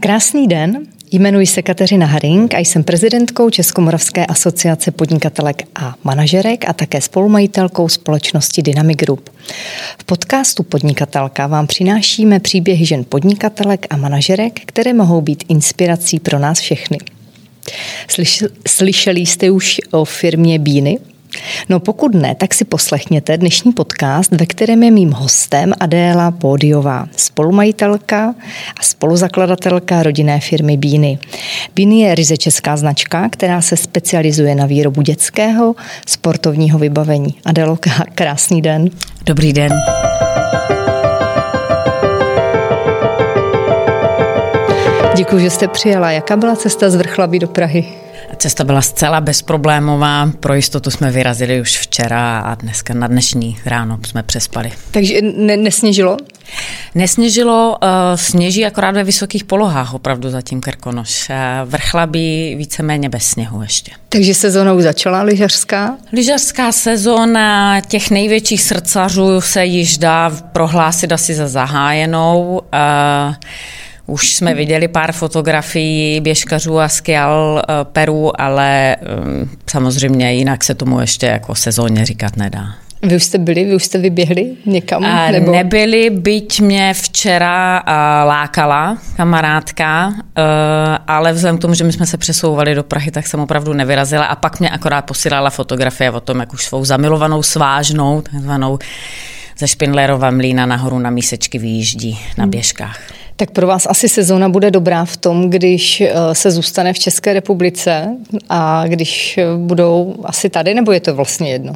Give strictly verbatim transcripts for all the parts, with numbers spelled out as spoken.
Krásný den, jmenuji se Kateřina Haring a jsem prezidentkou Českomoravské asociace podnikatelek a manažerek a také spolumajitelkou společnosti Dynamic Group. V podcastu Podnikatelka vám přinášíme příběhy žen podnikatelek a manažerek, které mohou být inspirací pro nás všechny. Slyšeli jste už o firmě Beany? No pokud ne, tak si poslechněte dnešní podcast, ve kterém je mým hostem Adéla Pódiová, spolumajitelka a spoluzakladatelka rodinné firmy Beany. Beany je ryze česká značka, která se specializuje na výrobu dětského sportovního vybavení. Adélo, krásný den. Dobrý den. Děkuji, že jste přijela. Jaká byla cesta z Vrchlabí do Prahy? Cesta byla zcela bezproblémová, pro jistotu jsme vyrazili už včera a dneska na dnešní ráno jsme přespali. Takže ne- nesněžilo? Nesněžilo, uh, sněží akorát ve vysokých polohách opravdu zatím Krkonoš. Uh, Vrchlabí víceméně bez sněhu ještě. Takže sezónou začala lyžařská? Lyžařská sezóna těch největších srdcařů se již dá prohlásit asi za zahájenou. Uh, Už jsme viděli pár fotografií běžkařů a skial Peru, ale um, samozřejmě jinak se tomu ještě jako sezóně říkat nedá. Vy už jste byli, vy už jste vyběhli někam? A nebo? Nebyli, byť mě včera uh, lákala kamarádka, uh, ale vzhledem k tomu, že my jsme se přesouvali do Prahy, tak jsem opravdu nevyrazila a pak mě akorát posílala fotografie o tom, jak už svou zamilovanou svážnou, takzvanou ze Špindlerova mlýna nahoru na Mísečky vyjíždí na běžkách. Tak pro vás asi sezóna bude dobrá v tom, když se zůstane v České republice a když budou asi tady, nebo je to vlastně jedno?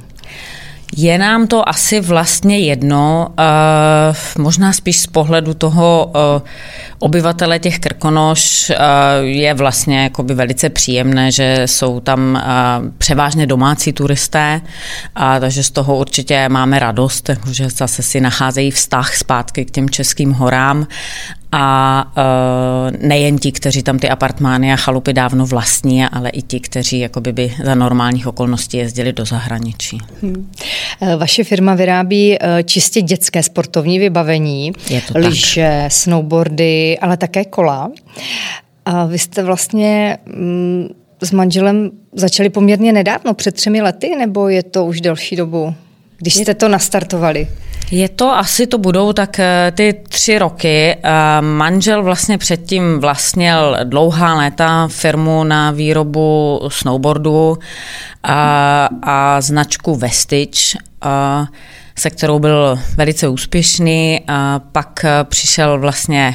Je nám to asi vlastně jedno, uh, možná spíš z pohledu toho uh, obyvatele těch Krkonoš uh, je vlastně jakoby velice příjemné, že jsou tam uh, převážně domácí turisté, a takže z toho určitě máme radost, že zase si nacházejí vztah zpátky k těm českým horám. A uh, nejen ti, kteří tam ty apartmány a chalupy dávno vlastní, ale i ti, kteří jakoby by za normálních okolností jezdili do zahraničí. Hmm. Vaše firma vyrábí čistě dětské sportovní vybavení, lyže, snowboardy, ale také kola. A vy jste vlastně mm, s manželem začali poměrně nedávno, před třemi lety, nebo je to už delší dobu, když jste to nastartovali? Je to, asi to budou tak ty tři roky. Manžel vlastně předtím vlastnil dlouhá léta firmu na výrobu snowboardu a, a značku Vestige, a, se kterou byl velice úspěšný. A pak přišel vlastně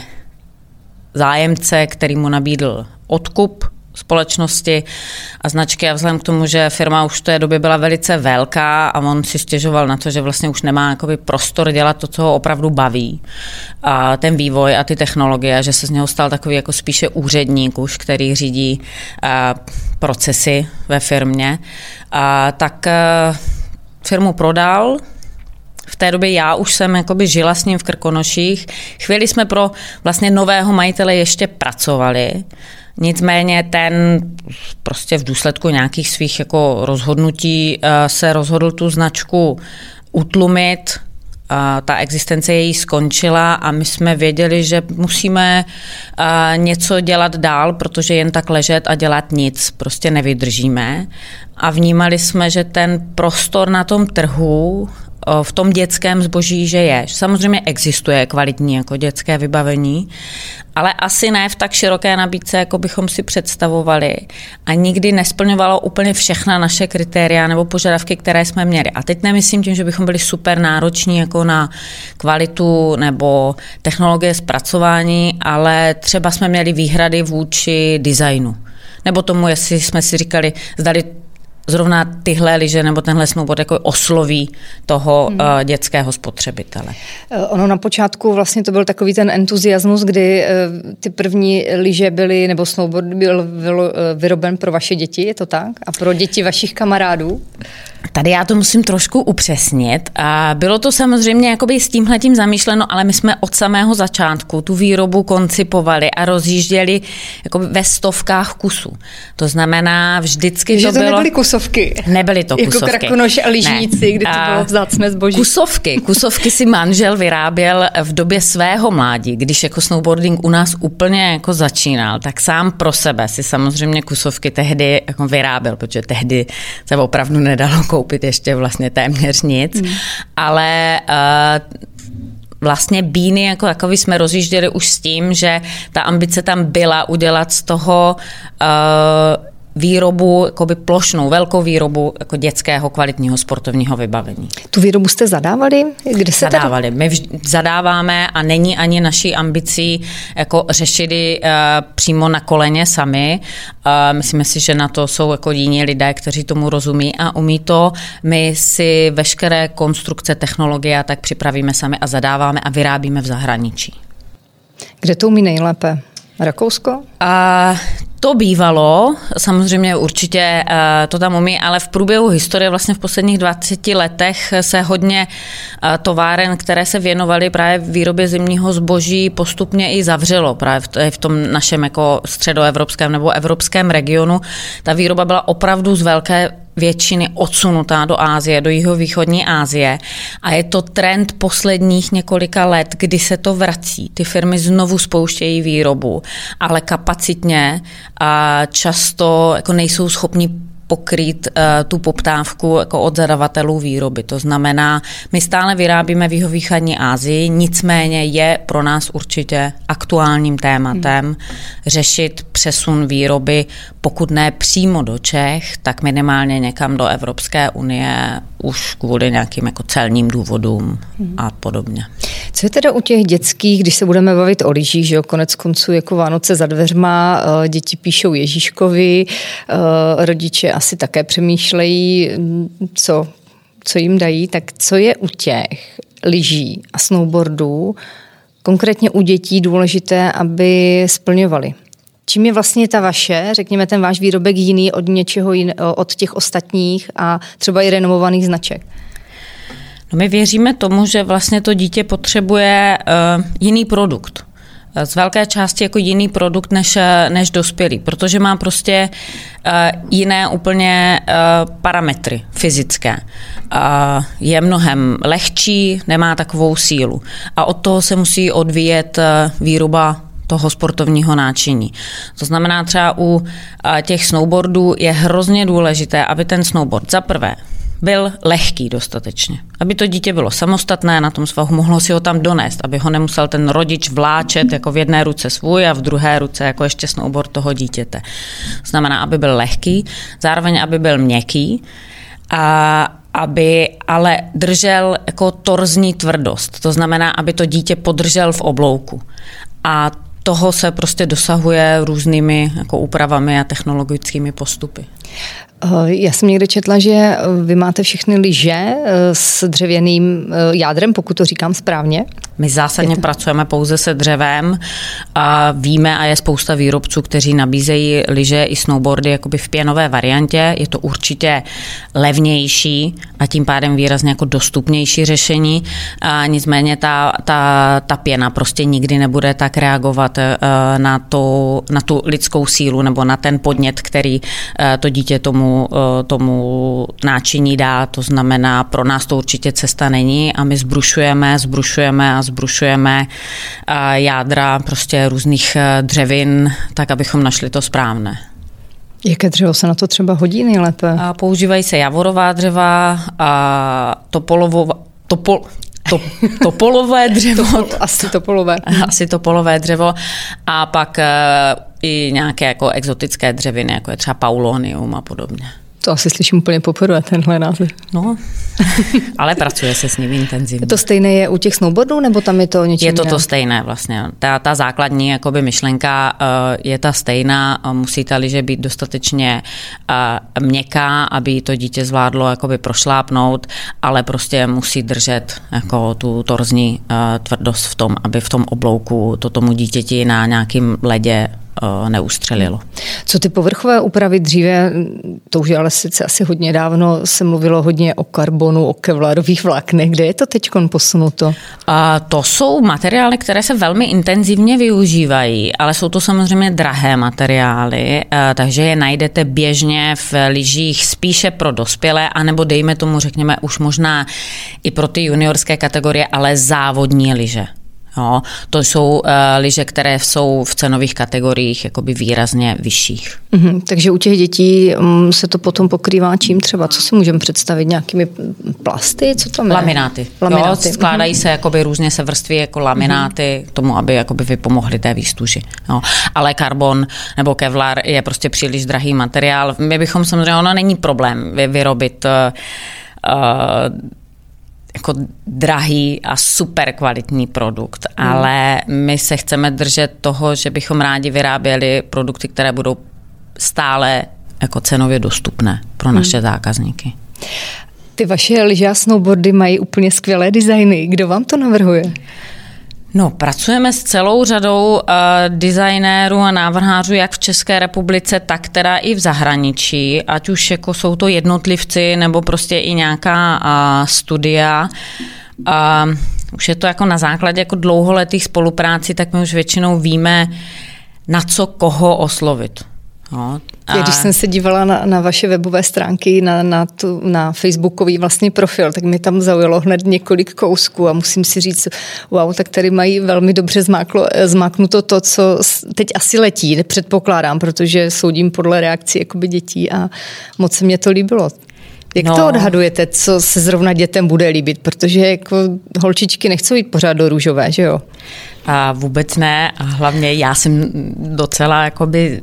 zájemce, který mu nabídl odkup společnosti a značky, a vzhledem k tomu, že firma už v té době byla velice velká a on si stěžoval na to, že vlastně už nemá jakoby prostor dělat to, co ho opravdu baví, a ten vývoj a ty technologie, že se z něho stal takový jako spíše úředník už, který řídí a, procesy ve firmě, a, tak a, firmu prodal. V té době já už jsem jakoby žila s ním v Krkonoších. Chvíli jsme pro vlastně nového majitele ještě pracovali. Nicméně ten prostě v důsledku nějakých svých jako rozhodnutí se rozhodl tu značku utlumit. Ta existence její skončila a my jsme věděli, že musíme něco dělat dál, protože jen tak ležet a dělat nic prostě nevydržíme. A vnímali jsme, že ten prostor na tom trhu v tom dětském zboží, že je. Samozřejmě existuje kvalitní jako dětské vybavení, ale asi ne v tak široké nabídce, jako bychom si představovali, a nikdy nesplňovalo úplně všechna naše kritéria nebo požadavky, které jsme měli. A teď nemyslím tím, že bychom byli super nároční jako na kvalitu nebo technologie zpracování, ale třeba jsme měli výhrady vůči designu. Nebo tomu, jestli jsme si říkali, zdali zrovna tyhle lyže nebo tenhle snowboard jako osloví toho hmm. uh, dětského spotřebitele. Ono na počátku vlastně to byl takový ten entuziasmus, kdy uh, ty první lyže byly, nebo snowboard byl vyroben pro vaše děti, je to tak? A pro děti vašich kamarádů? Tady já to musím trošku upřesnit. A bylo to samozřejmě jakoby s tímhletím zamýšleno, ale my jsme od samého začátku tu výrobu koncipovali a rozjížděli jakoby ve stovkách kusů. To znamená, vždycky že to, to bylo... nebyly kusovky. Nebyly to kusovky. Jako krakonoš a lyžníci, kdy to bylo vzácné zboží. Kusovky. Kusovky si manžel vyráběl v době svého mládí, když jako snowboarding u nás úplně jako začínal, tak sám pro sebe si samozřejmě kusovky tehdy jako vyráběl, protože tehdy se opravdu nedalo koupit ještě vlastně téměř nic, hmm. ale uh, vlastně Beany jako takový jsme rozjížděli už s tím, že ta ambice tam byla udělat z toho uh, výrobu, jakoby plošnou, velkou výrobu jako dětského kvalitního sportovního vybavení. Tu výrobu jste zadávali? Kde se zadávali. Tady... My vž- zadáváme a není ani naší ambicí jako řešit uh, přímo na koleně sami. Uh, myslíme si, že na to jsou jako jiní lidé, kteří tomu rozumí a umí to. My si veškeré konstrukce, technologie tak připravíme sami a zadáváme a vyrábíme v zahraničí. Kde to umí nejlépe? Rakousko? Uh, To bývalo, samozřejmě určitě uh, to tam umí, ale v průběhu historie vlastně v posledních dvaceti letech se hodně uh, továren, které se věnovaly právě výrobě zimního zboží, postupně i zavřelo právě v, v tom našem jako středoevropském nebo evropském regionu. Ta výroba byla opravdu z velké většiny odsunutá do Asie, do jihovýchodní Asie a je to trend posledních několika let, kdy se to vrací. Ty firmy znovu spouštějí výrobu, ale kapacitně a často jako nejsou schopni pokrýt uh, tu poptávku jako od zadavatelů výroby. To znamená, my stále vyrábíme v jihovýchodní Asii, nicméně je pro nás určitě aktuálním tématem hmm. řešit přesun výroby, pokud ne přímo do Čech, tak minimálně někam do Evropské unie, už kvůli nějakým jako celním důvodům hmm. a podobně. Co je teda u těch dětských, když se budeme bavit o lyžích, že jo, konec konců jako Vánoce za dveřma, děti píšou Ježíškovi, rodiče asi také přemýšlejí, co, co jim dají, tak co je u těch lyží a snowboardů, konkrétně u dětí důležité, aby splňovali? Čím je vlastně ta vaše, řekněme ten váš výrobek jiný od něčeho jin, od těch ostatních a třeba i renomovaných značek? No my věříme tomu, že vlastně to dítě potřebuje uh, jiný produkt. Z velké části jako jiný produkt než, než dospělý, protože má prostě uh, jiné úplně uh, parametry fyzické. Uh, je mnohem lehčí, nemá takovou sílu. A od toho se musí odvíjet uh, výroba toho sportovního náčiní. To znamená třeba u uh, těch snowboardů je hrozně důležité, aby ten snowboard za prvé byl lehký dostatečně. Aby to dítě bylo samostatné na tom svahu, mohlo si ho tam donést, aby ho nemusel ten rodič vláčet jako v jedné ruce svůj a v druhé ruce jako ještě snowboard toho dítěte. To znamená, aby byl lehký, zároveň aby byl měkký a aby ale držel jako torzní tvrdost. To znamená, aby to dítě podržel v oblouku. A toho se prostě dosahuje různými jako úpravami a technologickými postupy. Já jsem někde četla, že vy máte všechny lyže s dřevěným jádrem, pokud to říkám správně. My zásadně pracujeme pouze se dřevem a víme, a je spousta výrobců, kteří nabízejí lyže i snowboardy jakoby v pěnové variantě. Je to určitě levnější a tím pádem výrazně jako dostupnější řešení. A nicméně ta, ta, ta pěna prostě nikdy nebude tak reagovat na, to, na tu lidskou sílu nebo na ten podnět, který to dítě tomu, tomu náčiní dá. To znamená, pro nás to určitě cesta není a my zbrušujeme, zbrušujeme a zbrušujeme jádra prostě různých dřevin, tak abychom našli to správné. Jaké dřevo se na to třeba hodí nejlépe? A používají se javorová dřeva, a topolovo, topol, to, topolové dřevo. To, asi topolové. Asi topolové dřevo a pak i nějaké jako exotické dřeviny, jako je třeba paulonium a podobně. To asi slyším úplně poprvé, tenhle název. No, ale pracuje se s ním intenzivně. To stejné je u těch snowboardů, nebo tam je to něčím Je to jiné? to stejné vlastně. Ta, ta základní jakoby myšlenka uh, je ta stejná. Musí ta lyže být dostatečně uh, měkká, aby to dítě zvládlo jakoby prošlápnout, ale prostě musí držet jako tu torzní uh, tvrdost v tom, aby v tom oblouku to tomu dítěti na nějakým ledě neustřelilo. Co ty povrchové úpravy dříve, to už je ale sice asi hodně dávno, se mluvilo hodně o karbonu, o kevlarových vláknech. Kde je to teďkon posunuto? A to jsou materiály, které se velmi intenzivně využívají, ale jsou to samozřejmě drahé materiály, takže je najdete běžně v lyžích spíše pro dospělé, anebo dejme tomu, řekněme, už možná i pro ty juniorské kategorie, ale závodní lyže. Jo, to jsou uh, lyže, které jsou v cenových kategoriích jakoby výrazně vyšších. Mm-hmm, takže u těch dětí um, se to potom pokrývá čím třeba? Co si můžeme představit? Nějakými plasty? Co tam je? Lamináty. Lamináty. Jo, skládají mm-hmm. se jakoby různě se vrství jako lamináty mm-hmm. k tomu, aby jakoby vypomohly té výstuži. Jo. Ale karbon nebo kevlar je prostě příliš drahý materiál. My bychom samozřejmě, ono není problém vyrobit uh, uh, jako drahý a super kvalitní produkt, hmm. ale my se chceme držet toho, že bychom rádi vyráběli produkty, které budou stále jako cenově dostupné pro naše hmm. zákazníky. Ty vaše lyže a snowboardy mají úplně skvělé designy. Kdo vám to navrhuje? No, pracujeme s celou řadou uh, designérů a návrhářů, jak v České republice, tak teda i v zahraničí, ať už jako jsou to jednotlivci, nebo prostě i nějaká uh, studia. Uh, už je to jako na základě jako dlouholetých spoluprácí, tak my už většinou víme, na co koho oslovit. No, a... Když jsem se dívala na, na vaše webové stránky, na, na, tu, na facebookový vlastně profil, tak mi tam zaujalo hned několik kousků a musím si říct, wow, tak tady mají velmi dobře zmáklo, zmáknuto to, co teď asi letí, předpokládám, protože soudím podle reakcí jakoby dětí a moc se mě to líbilo. Jak no. to odhadujete, co se zrovna dětem bude líbit? Protože jako holčičky nechcou jít pořád do růžové, že jo? A vůbec ne a hlavně já jsem docela jakoby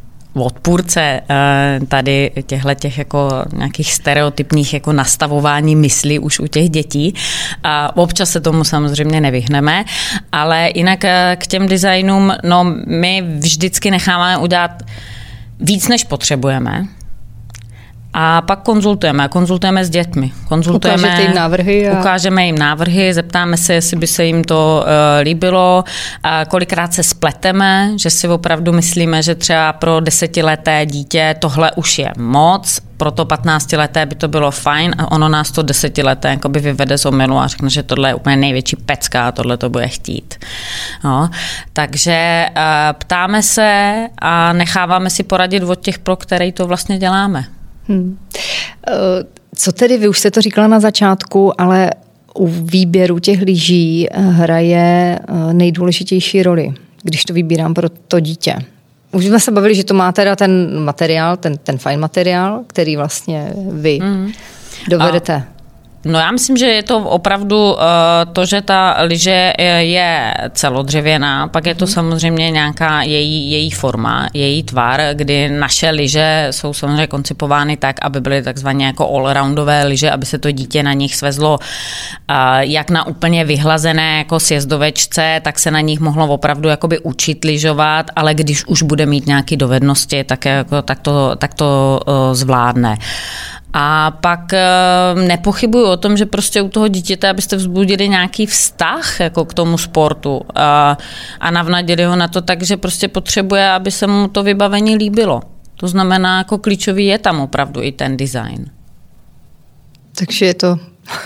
odpůrce tady těchto těch jako nějakých stereotypních jako nastavování mysli už u těch dětí. A občas se tomu samozřejmě nevyhneme, ale jinak k těm designům, no my vždycky necháváme udělat víc, než potřebujeme. A pak konzultujeme, konzultujeme s dětmi. Konzultujeme, Ukážete jim návrhy? A... Ukážeme jim návrhy, zeptáme se, jestli by se jim to uh, líbilo. A kolikrát se spleteme, že si opravdu myslíme, že třeba pro desetileté dítě tohle už je moc, pro to patnáctileté by to bylo fajn a ono nás to desetileté jakoby vyvede z omylu a řekne, že tohle je úplně největší pecka a tohle to bude chtít. No, takže uh, ptáme se a necháváme si poradit od těch, pro který to vlastně děláme. Hmm. Co tedy, vy už jste to říkala na začátku, ale u výběru těch lyží hraje nejdůležitější roli, když to vybírám pro to dítě. Už jsme se bavili, že to má teda ten materiál, ten, ten fajn materiál, který vlastně vy hmm. dovedete. A... No já myslím, že je to opravdu uh, to, že ta lyže je celodřevěná, pak je to hmm. samozřejmě nějaká její, její forma, její tvar, kdy naše lyže jsou samozřejmě koncipovány tak, aby byly takzvaně jako allroundové lyže, aby se to dítě na nich svezlo uh, jak na úplně vyhlazené jako sjezdovečce, tak se na nich mohlo opravdu jakoby učit lyžovat, ale když už bude mít nějaké dovednosti, tak, jako, tak to, tak to uh, zvládne. A pak nepochybuju o tom, že prostě u toho dítěte, abyste vzbudili nějaký vztah jako k tomu sportu a, a navnadili ho na to tak, že prostě potřebuje, aby se mu to vybavení líbilo. To znamená, jako klíčový je tam opravdu i ten design. Takže je to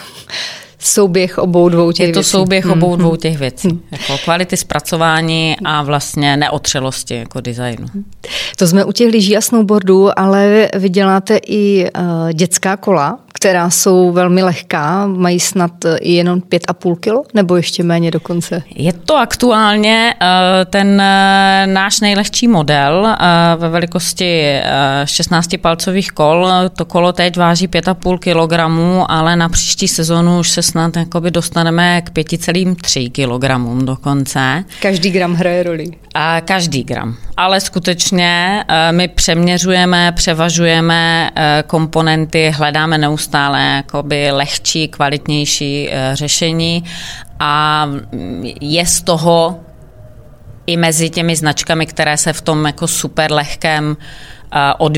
souběh obou dvou těch věcí. Je to věcí. souběh hmm. obou dvou těch věcí. Hmm. Jako kvality zpracování a vlastně neotřelosti jako designu. To jsme u těch lyží a snowboardů, ale vy děláte i uh, dětská kola, která jsou velmi lehká, mají snad i jenom pět a půl kilo, nebo ještě méně dokonce? Je to aktuálně uh, ten uh, náš nejlehčí model uh, ve velikosti uh, šestnáctipalcových kol. To kolo teď váží pět a půl kilogramu, ale na příští sezonu už se snad jakoby dostaneme k pět celá tři kilogramům dokonce. Každý gram hraje roli. A každý gram. Ale skutečně uh, my přeměřujeme, převažujeme uh, komponenty, hledáme neustále jakoby lehčí, kvalitnější uh, řešení a je z toho i mezi těmi značkami, které se v tom jako super lehkém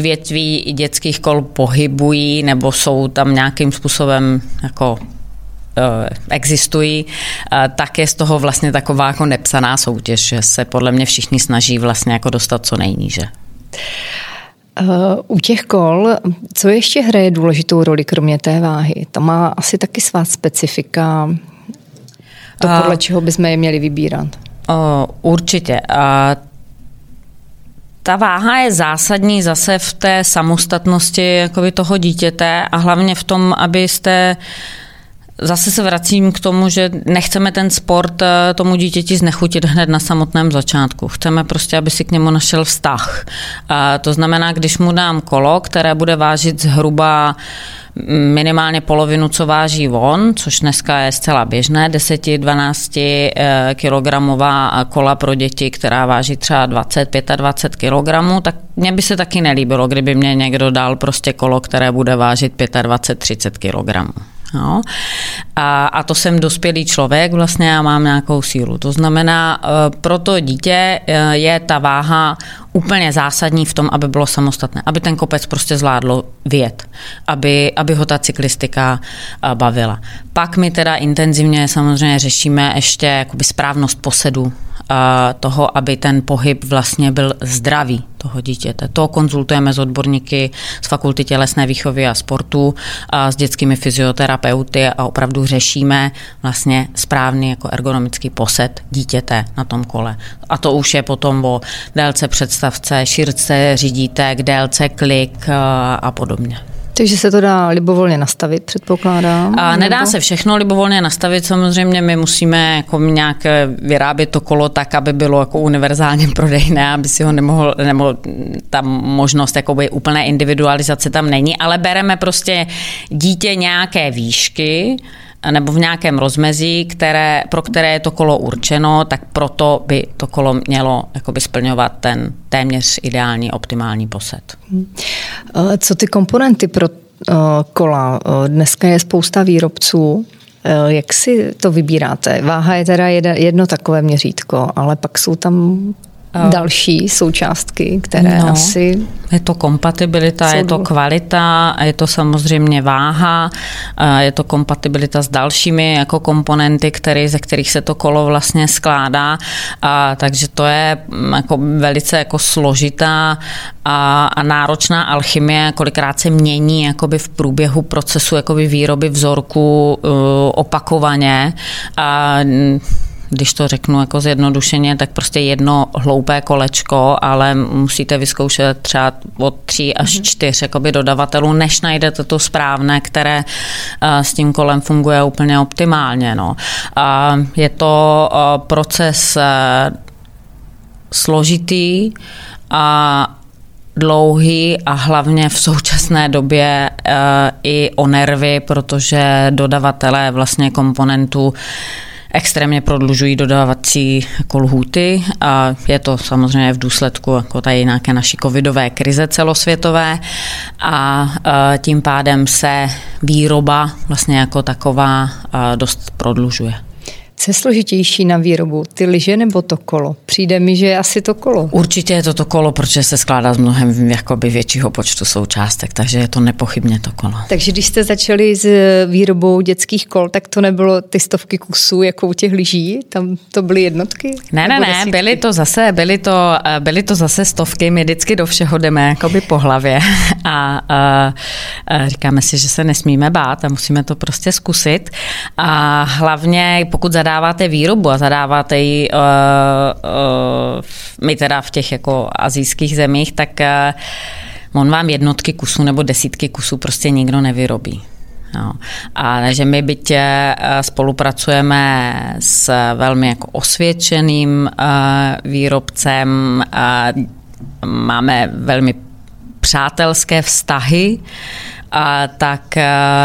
odvětví dětských kol pohybují nebo jsou tam nějakým způsobem jako existují, tak je z toho vlastně taková jako nepsaná soutěž, že se podle mě všichni snaží vlastně jako dostat co nejníže. U těch kol, co ještě hraje důležitou roli kromě té váhy? To má asi taky svá specifika, to podle čeho bychom je měli vybírat. Určitě. Ta váha je zásadní zase v té samostatnosti jakoby toho dítěte a hlavně v tom, abyste, zase se vracím k tomu, že nechceme ten sport tomu dítěti znechutit hned na samotném začátku. Chceme prostě, aby si k němu našel vztah. A to znamená, když mu dám kolo, které bude vážit zhruba minimálně polovinu, co váží on, což dneska je zcela běžné, deset až dvanáct kilogramová kola pro děti, která váží třeba dvacet až dvacet pět kilogramů, tak mně by se taky nelíbilo, kdyby mě někdo dal prostě kolo, které bude vážit dvacet pět až třicet kilogramů. No. A, a to jsem dospělý člověk, vlastně já mám nějakou sílu. To znamená, pro to dítě je ta váha úplně zásadní v tom, aby bylo samostatné, aby ten kopec prostě zvládlo vyjet, aby, aby ho ta cyklistika bavila. Pak my teda intenzivně samozřejmě řešíme ještě jakoby správnost posedu, toho, aby ten pohyb vlastně byl zdravý toho dítěte. To konzultujeme s odborníky z Fakulty tělesné výchovy a sportu, a s dětskými fyzioterapeuty a opravdu řešíme vlastně správný jako ergonomický posed dítěte na tom kole. A to už je potom o délce představce, šířce řídítek, délce klik a podobně. Takže se to dá libovolně nastavit, předpokládám? A nedá nebo? se všechno libovolně nastavit, samozřejmě my musíme jako nějak vyrábět to kolo tak, aby bylo jako univerzálně prodejné, aby si ho nemohl, nebo ta možnost jakoby úplné individualizace tam není, ale bereme prostě dítě nějaké výšky, nebo v nějakém rozmezí, které, pro které je to kolo určeno, tak proto by to kolo mělo jakoby splňovat ten téměř ideální, optimální posed. Co ty komponenty pro kola? Dneska je spousta výrobců. Jak si to vybíráte? Váha je teda jedno takové měřítko, ale pak jsou tam další součástky, které no, asi... Je to kompatibilita, je to kvalita, je to samozřejmě váha, je to kompatibilita s dalšími jako komponenty, které, ze kterých se to kolo vlastně skládá. A, takže to je jako velice jako složitá a, a náročná alchymie, kolikrát se mění jakoby v průběhu procesu jakoby výroby vzorku uh, opakovaně. A, když to řeknu jako zjednodušeně, tak prostě jedno hloupé kolečko, ale musíte vyzkoušet třeba od tří až čtyř jakoby dodavatelů, než najdete to správné, které s tím kolem funguje úplně optimálně. No. Je to proces složitý a dlouhý a hlavně v současné době i o nervy, protože dodavatelé vlastně komponentů extrémně prodlužují dodávací jako lhůty a je to samozřejmě v důsledku jako tady nějaké naší covidové krize celosvětové a tím pádem se výroba vlastně jako taková dost prodlužuje. Co je složitější na výrobu, ty lyže nebo to kolo? Přijde mi, že je asi to kolo. Určitě je to to kolo, protože se skládá z mnohem jakoby většího počtu součástek, takže je to nepochybně to kolo. Takže když jste začali s výrobou dětských kol, tak to nebylo ty stovky kusů jako u těch lyží? Tam to byly jednotky? Ne, ne, ne, byly to zase, byly to, byly to zase stovky, my vždycky do všeho jdeme jakoby po hlavě a, a, a říkáme si, že se nesmíme bát a musíme to prostě zkusit a hlavně pokud zadáváte zadáváte výrobu a zadáváte ji uh, uh, my teda v těch jako asijských zemích, tak uh, on vám jednotky kusů nebo desítky kusů prostě nikdo nevyrobí. No. A takže my byť spolupracujeme s velmi jako osvědčeným uh, výrobcem, uh, máme velmi přátelské vztahy, uh, tak uh,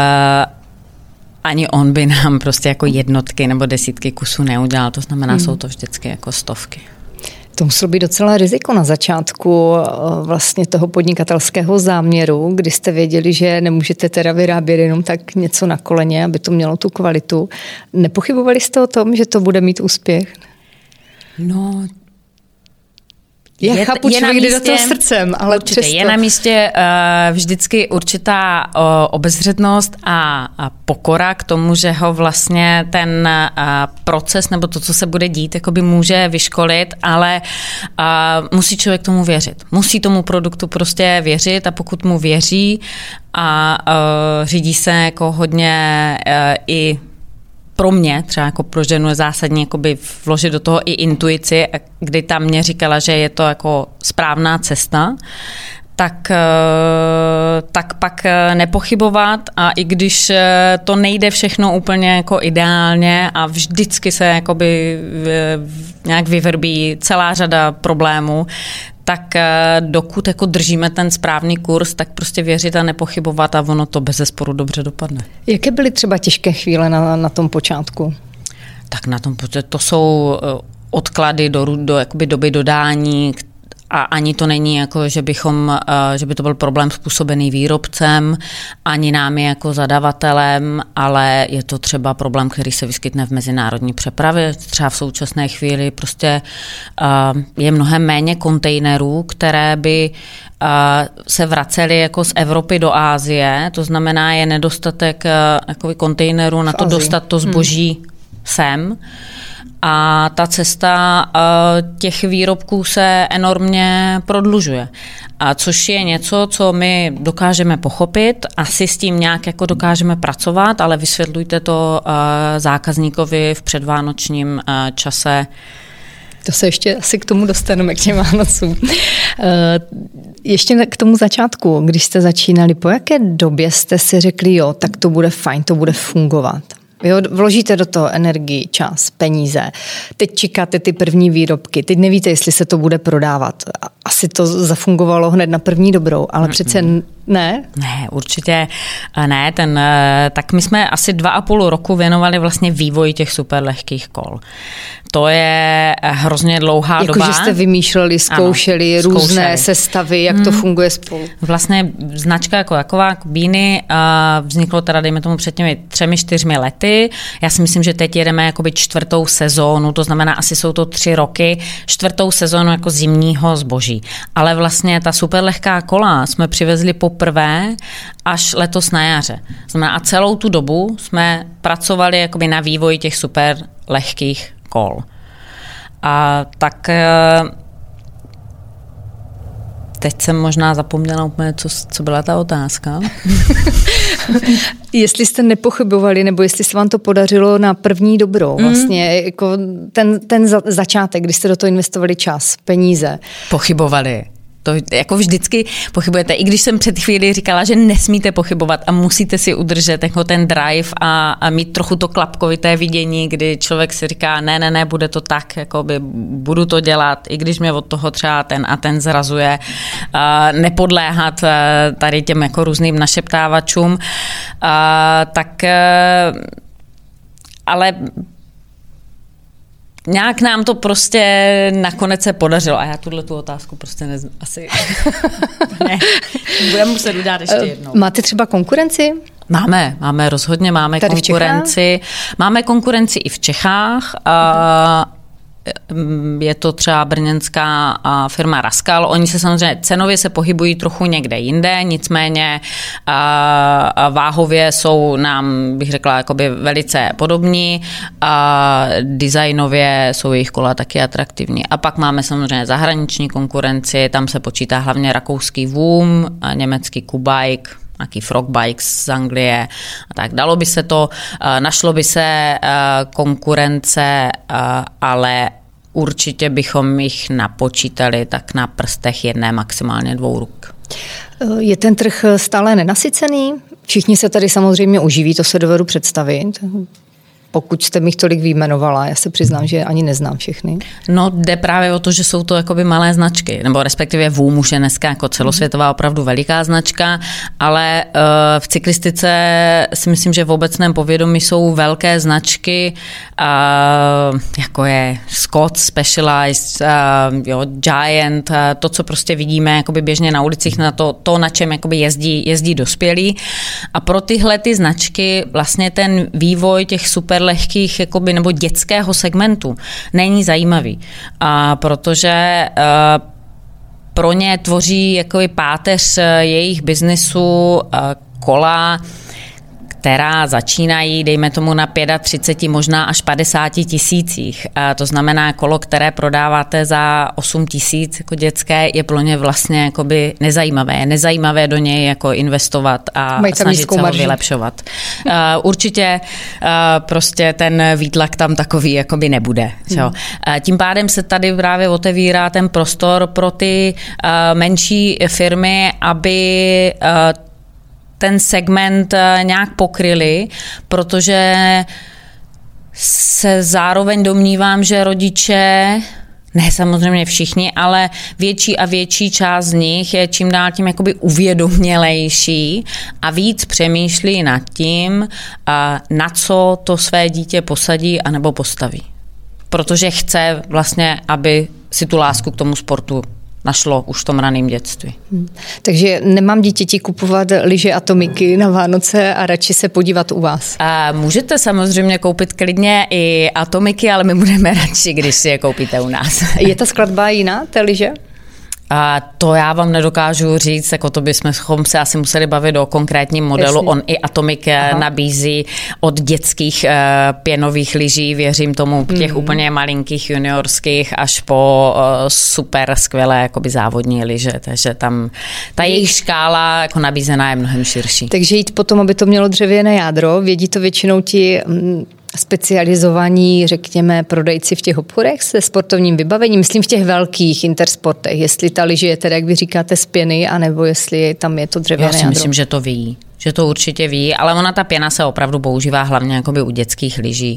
ani on by nám prostě jako jednotky nebo desítky kusů neudělal, to znamená, hmm. jsou to vždycky jako stovky. To muselo být docela riziko na začátku vlastně toho podnikatelského záměru, kdy jste věděli, že nemůžete teda vyrábět jenom tak něco na koleně, aby to mělo tu kvalitu. Nepochybovali jste o tom, že to bude mít úspěch? No, Já je, chápu, je člověk jde do toho srdcem, ale určitě, přesto... Je na místě uh, vždycky určitá uh, obezřetnost a, a pokora k tomu, že ho vlastně ten uh, proces nebo to, co se bude dít, jakoby může vyškolit, ale uh, musí člověk tomu věřit. Musí tomu produktu prostě věřit a pokud mu věří a uh, řídí se jako hodně uh, i pro mě, třeba jako pro ženu je zásadní jakoby vložit do toho i intuici, kdy tam mě říkala, že je to jako správná cesta, tak, tak pak nepochybovat a i když to nejde všechno úplně jako ideálně a vždycky se jakoby nějak vyvrbí celá řada problémů, tak dokud jako držíme ten správný kurz, tak prostě věřit a nepochybovat a ono to bezesporu dobře dopadne. Jaké byly třeba těžké chvíle na, na tom počátku? Tak na tom počátku to jsou odklady do, do jakoby doby dodání, a ani to není jako, že bychom, že by to byl problém způsobený výrobcem, ani námi jako zadavatelem, ale je to třeba problém, který se vyskytne v mezinárodní přepravě. Třeba v současné chvíli prostě je mnohem méně kontejnerů, které by se vracely jako z Evropy do Asie, to znamená je nedostatek jakoby kontejnerů na to dostat to zboží hmm. sem. A ta cesta těch výrobků se enormně prodlužuje. A což je něco, co my dokážeme pochopit, asi s tím nějak jako dokážeme pracovat, ale vysvětlujte to zákazníkovi v předvánočním čase. To se ještě asi k tomu dostaneme, k těm Vánocům. Ještě k tomu začátku, když jste začínali, po jaké době jste si řekli, jo, tak to bude fajn, to bude fungovat? Jo, vložíte do toho energii, čas, peníze. Teď čekáte ty první výrobky. Teď nevíte, jestli se to bude prodávat. Asi to zafungovalo hned na první dobrou, ale přece ne? Ne, určitě ne. Ten, tak my jsme asi dva a půl roku věnovali vlastně vývoji těch superlehkých kol. To je hrozně dlouhá jako, doba. Jako, že jste vymýšleli, zkoušeli ano, různé zkoušeli. sestavy, jak hmm. to funguje spolu. Vlastně značka jako taková, Bíny, vzniklo teda, dejme tomu, před těmi třemi, čtyřmi lety. Já si myslím, že teď jedeme jakoby čtvrtou sezónu, to znamená, asi jsou to tři roky, čtvrtou sezónu jako zimního zboží. Ale vlastně ta superlehká kola jsme přivezli poprvé až letos na jaře. Znamená, a celou tu dobu jsme pracovali jakoby na vývoji těch super lehkých kol. A tak teď jsem možná zapomněla úplně, co, co byla ta otázka. Jestli jste nepochybovali, nebo jestli se vám to podařilo na první dobrou, mm. vlastně jako ten, ten za, začátek, kdy jste do toho investovali čas, peníze. Pochybovali. To jako vždycky pochybujete. I když jsem před chvíli říkala, že nesmíte pochybovat a musíte si udržet jako ten drive a, a mít trochu to klapkovité vidění, kdy člověk si říká, ne, ne, ne, bude to tak, jakoby budu to dělat, i když mě od toho třeba ten a ten zrazuje, a nepodléhat tady těm jako různým našeptávačům. A, tak ale nějak nám to prostě nakonec se podařilo. A já tuhle tu otázku prostě neznám. Asi ne. Budeme muset udělat ještě jednou. Máte třeba konkurenci? Máme, máme rozhodně, máme tady konkurenci. Máme konkurenci i v Čechách. A je to třeba brněnská firma Raskal. Oni se samozřejmě cenově se pohybují trochu někde jinde, nicméně váhově jsou nám, bych řekla, jakoby velice podobní a designově jsou jejich kola taky atraktivní. A pak máme samozřejmě zahraniční konkurenci, tam se počítá hlavně rakouský Voom, německý Kubike, nějaký Frog Bikes z Anglie a tak. Dalo by se to, našlo by se konkurence, ale určitě bychom jich napočítali tak na prstech jedné, maximálně dvou ruk. Je ten trh stále nenasycený? Všichni se tady samozřejmě uživí, to se dovedu představit. Pokud jste mi tolik vyjmenovala, já se přiznám, že ani neznám všechny. No jde právě o to, že jsou to jakoby malé značky, nebo respektive Voom už je dneska jako celosvětová opravdu veliká značka, ale uh, v cyklistice si myslím, že v obecném povědomí jsou velké značky, uh, jako je Scott, Specialized, uh, jo, Giant, uh, to, co prostě vidíme jakoby běžně na ulicích, na to, to na čem jakoby jezdí, jezdí dospělí. A pro tyhle ty značky vlastně ten vývoj těch super lehkých jakoby, nebo dětského segmentu není zajímavý, a protože uh, pro ně tvoří jakoby páteř jejich biznesu kola, která začínají, dejme tomu, na třicet pět, možná až padesát tisících. A to znamená, kolo, které prodáváte za osm tisíc jako dětské, je pro ně vlastně jakoby nezajímavé. Je nezajímavé do něj jako investovat a Mají snažit se ho vylepšovat. Uh, určitě uh, prostě ten výtlak tam takový jakoby nebude. Hmm. Uh, tím pádem se tady právě otevírá ten prostor pro ty uh, menší firmy, aby uh, ten segment nějak pokryli, protože se zároveň domnívám, že rodiče, ne samozřejmě všichni, ale větší a větší část z nich je čím dál tím jakoby uvědomělejší a víc přemýšlí nad tím, na co to své dítě posadí anebo postaví. Protože chce vlastně, aby si tu lásku k tomu sportu našlo už v tom raném dětství. Hmm. Takže nemám dítěti kupovat lyže Atomiky na Vánoce a radši se podívat u vás. A můžete samozřejmě koupit klidně i Atomiky, ale my budeme radši, když si je koupíte u nás. Je ta skladba jiná, té lyže? A to já vám nedokážu říct, jako to bychom se asi museli bavit o konkrétním modelu. Jasně. On i Atomic Aha. nabízí od dětských uh, pěnových lyží, věřím tomu, těch mm. úplně malinkých juniorských až po uh, super skvělé jakoby závodní lyže, takže tam ta jejich škála jako nabízená je mnohem širší. Takže jít potom, aby to mělo dřevěné jádro, vědí to většinou ti mm, specializovaní, řekněme, prodejci v těch obchodech se sportovním vybavením, myslím v těch velkých intersportech, jestli ta lyže je tedy, jak vy říkáte, z pěny, anebo jestli tam je to dřevěné jádro. Já si myslím, že to ví. Že to určitě ví, ale ona ta pěna se opravdu používá hlavně jakoby u dětských lyží.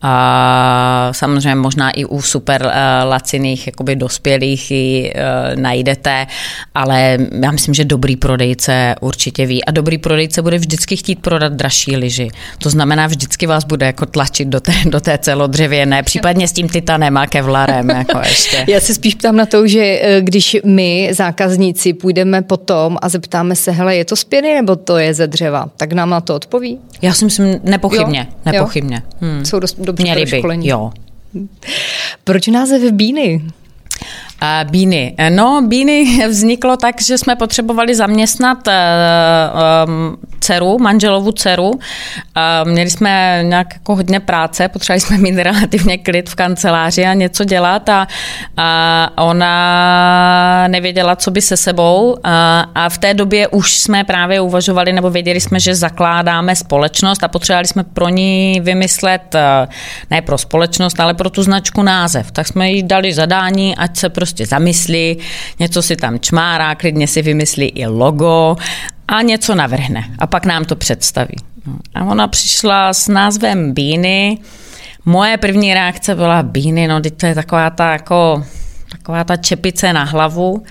A samozřejmě možná i u super uh, laciných jakoby dospělých ji uh, najdete, ale já myslím, že dobrý prodejce určitě ví. A dobrý prodejce bude vždycky chtít prodat dražší lyži. To znamená, vždycky vás bude jako tlačit do té, do té celodřevěné, případně s tím titanem a kevlarem. Jako ještě. Já se spíš ptám na to, že když my, zákazníci, půjdeme potom a zeptáme se, hele, je to z pěny nebo to je ze dřeva, tak nám na to odpoví? Já si myslím, nepochybně. Jo? nepochybně. Hmm. Jsou dost dobře proškolení. Jo. Proč název Bíny? Uh, Bíny. No, Bíny vzniklo tak, že jsme potřebovali zaměstnat uh, um, dceru, manželovu dceru. Uh, měli jsme nějak jako hodně práce, potřebovali jsme mít relativně klid v kanceláři a něco dělat a, a ona nevěděla, co by se sebou a, a v té době už jsme právě uvažovali, nebo věděli jsme, že zakládáme společnost a potřebovali jsme pro ní vymyslet, ne pro společnost, ale pro tu značku název. Tak jsme jí dali zadání, ať se prostě zamyslí, něco si tam čmárá, klidně si vymyslí i logo a něco navrhne a pak nám to představí. A ona přišla s názvem Bíny. Moje první reakce byla Bíny, no teď to je taková ta, jako, taková ta čepice na hlavu,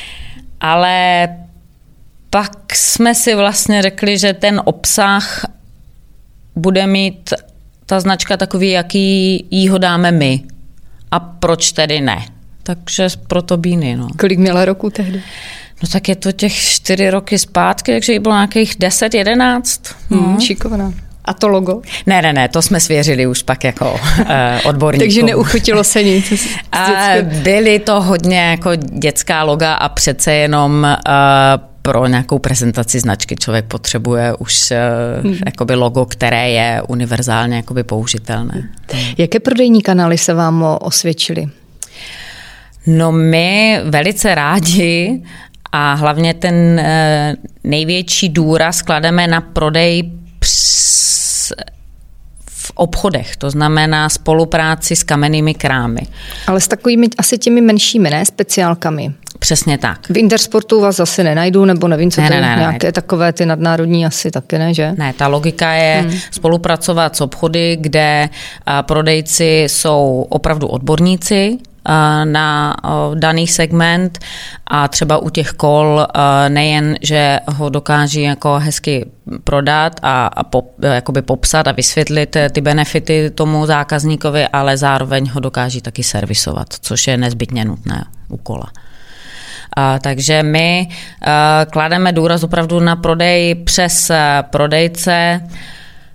ale pak jsme si vlastně řekli, že ten obsah bude mít ta značka takový, jaký jí ho dáme my. A proč tedy ne? Takže proto Bíny. No. Kolik měla roku tehdy? No tak je to těch čtyři roky zpátky, takže jí bylo nějakých deset, jedenáct. Hmm, no. Šikovná. A to logo? Ne, ne, ne, to jsme svěřili už pak jako uh, odborníkům. Takže neuchutilo se nic. A byly to hodně jako dětská loga a přece jenom uh, pro nějakou prezentaci značky člověk potřebuje už uh, hmm. jakoby logo, které je univerzálně jakoby použitelné. Jaké prodejní kanály se vám osvědčily? No my velice rádi a hlavně ten e, největší důraz klademe na prodej ps, v obchodech, to znamená spolupráci s kamennými krámy. Ale s takovými asi těmi menšími, ne? Speciálkami. Přesně tak. V Intersportu vás zase nenajdu, nebo nevím, co ne, to je, ne, ne, nějaké ne. takové ty nadnárodní asi taky ne, že? Ne, ta logika je hmm. spolupracovat s obchody, kde a, prodejci jsou opravdu odborníci na daný segment a třeba u těch kol nejen, že ho dokáží jako hezky prodat a, a pop, jakoby popsat a vysvětlit ty benefity tomu zákazníkovi, ale zároveň ho dokáží taky servisovat, což je nezbytně nutné u kola. A, takže my a, klademe důraz opravdu na prodej přes prodejce.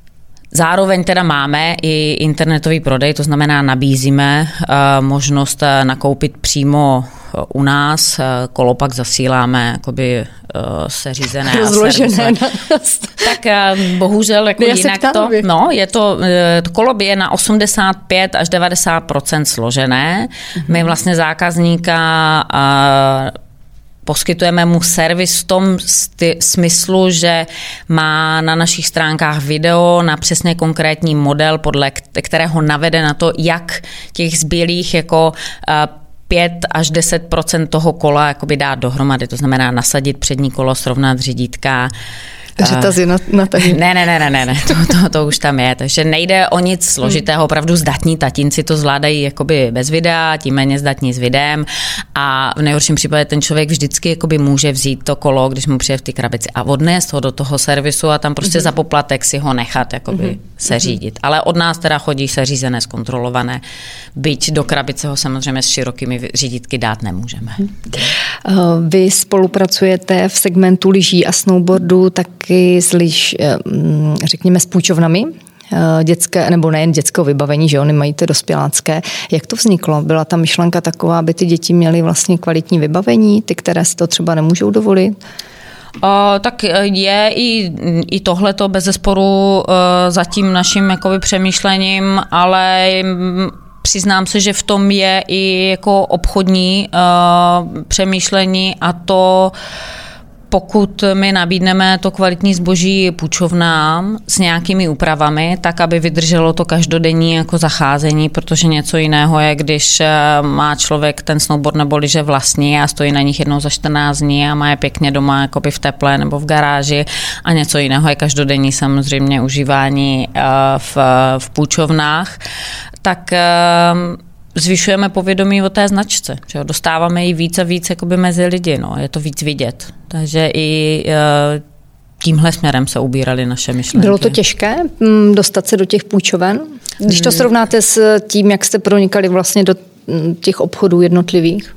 Zároveň teda máme i internetový prodej, to znamená nabízíme uh, možnost uh, nakoupit přímo u nás, kolo pak zasíláme jakoby uh, seřízené rozložené. Tak uh, bohužel jako jinak to, no, je to, uh, to kolo je na osmdesát pět až devadesát procent složené. Mm-hmm. My vlastně zákazníka uh, poskytujeme mu servis v tom smyslu, že má na našich stránkách video na přesně konkrétní model, podle kterého navede na to, jak těch zbylých jako pět až deset procent toho kola jakoby dát dohromady. To znamená nasadit přední kolo, srovnat řídítka. Řetazy na, na tady. Ne, ne, ne, ne, ne, to, to, to už tam je. Takže nejde o nic složitého, opravdu zdatní tatínci to zvládají jakoby bez videa, tím méně zdatní s videem a v nejhorším případě ten člověk vždycky jakoby může vzít to kolo, když mu přijde v té krabici a odnést ho do toho servisu a tam prostě mm-hmm. za poplatek si ho nechat jakoby mm-hmm. seřídit. Ale od nás teda chodí seřízené, zkontrolované, byť do krabice ho samozřejmě s širokými řídítky dát nemůžeme. Vy spolupracujete v segmentu lyží a snowboardu taky s lyž, řekněme, s půjčovnami dětské, nebo nejen dětského vybavení, že oni mají ty dospělácké. Jak to vzniklo? Byla ta myšlenka taková, aby ty děti měly vlastně kvalitní vybavení, ty, které si to třeba nemůžou dovolit? Uh, tak je i, i tohleto bezesporu uh, za tím naším jakoby přemýšlením, ale přiznám se, že v tom je i jako obchodní uh, přemýšlení a to pokud my nabídneme to kvalitní zboží půjčovnám s nějakými úpravami, tak aby vydrželo to každodenní jako zacházení, protože něco jiného je, když má člověk ten snowboard nebo lyže vlastní a stojí na nich jednou za čtrnáct dní a má je pěkně doma jakoby v teple nebo v garáži a něco jiného je každodenní samozřejmě užívání v, v půjčovnách, tak zvyšujeme povědomí o té značce. Že dostáváme ji víc a víc jakoby mezi lidi, no, je to víc vidět. Takže i e, tímhle směrem se ubíraly naše myšlenky. Bylo to těžké dostat se do těch půjčoven? Když to srovnáte s tím, jak jste pronikali vlastně do těch obchodů jednotlivých?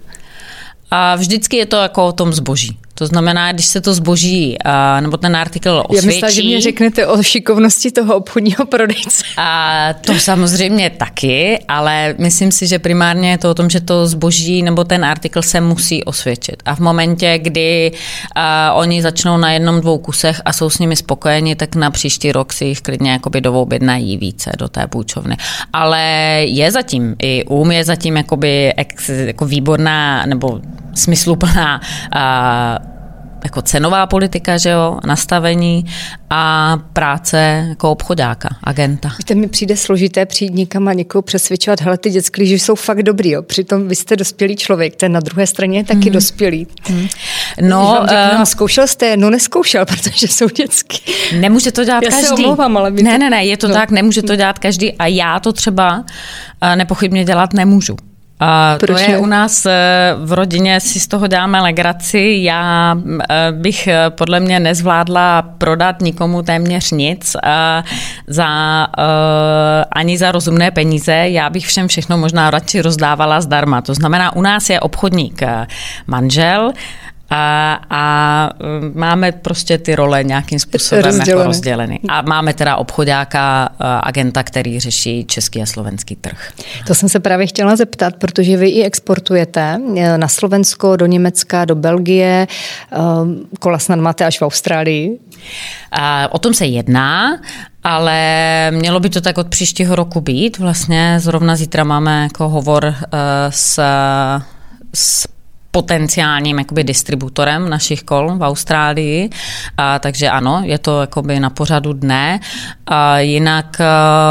A vždycky je to jako o tom zboží. To znamená, když se to zboží nebo ten artikl osvědčí. Já myslím, že mě řeknete o šikovnosti toho obchodního prodejce. A to samozřejmě taky, ale myslím si, že primárně je to o tom, že to zboží nebo ten artikl se musí osvědčit. A v momentě, kdy a, oni začnou na jednom, dvou kusech a jsou s nimi spokojeni, tak na příští rok si jich klidně jakoby doobjednají více do té půjčovny. Ale je zatím, i um je zatím jakoby ex, jako výborná nebo smysluplná a, jako cenová politika, že jo, nastavení a práce jako obchodáka, agenta. Víte, mi přijde složité přijít někam a někoho přesvědčovat, hele, ty dětské lyže jsou fakt dobrý, jo. Přitom vy jste dospělý člověk, ten na druhé straně je taky mm. dospělý. Mm. No, řeknu, uh, no, zkoušel jste? No neskoušel, protože jsou dětský. Nemůže to dělat já každý. Já se omlouvám, ale ne, ne, ne, je to no. tak, nemůže to dělat každý a já to třeba uh, nepochybně dělat nemůžu. A to je u nás v rodině, si z toho děláme legraci. Já bych podle mě nezvládla prodat nikomu téměř nic za, ani za rozumné peníze. Já bych všem všechno možná radši rozdávala zdarma. To znamená, u nás je obchodník manžel, A, a máme prostě ty role nějakým způsobem rozdělený. Jako rozděleny. A máme teda obchodáka, agenta, který řeší český a slovenský trh. To jsem se právě chtěla zeptat, protože vy i exportujete na Slovensko, do Německa, do Belgie, kola snad máte až v Austrálii. A o tom se jedná, ale mělo by to tak od příštího roku být. Vlastně zrovna zítra máme jako hovor s, s potenciálním jakoby distributorem našich kol v Austrálii, a, takže ano, je to jakoby na pořadu dne. A jinak a,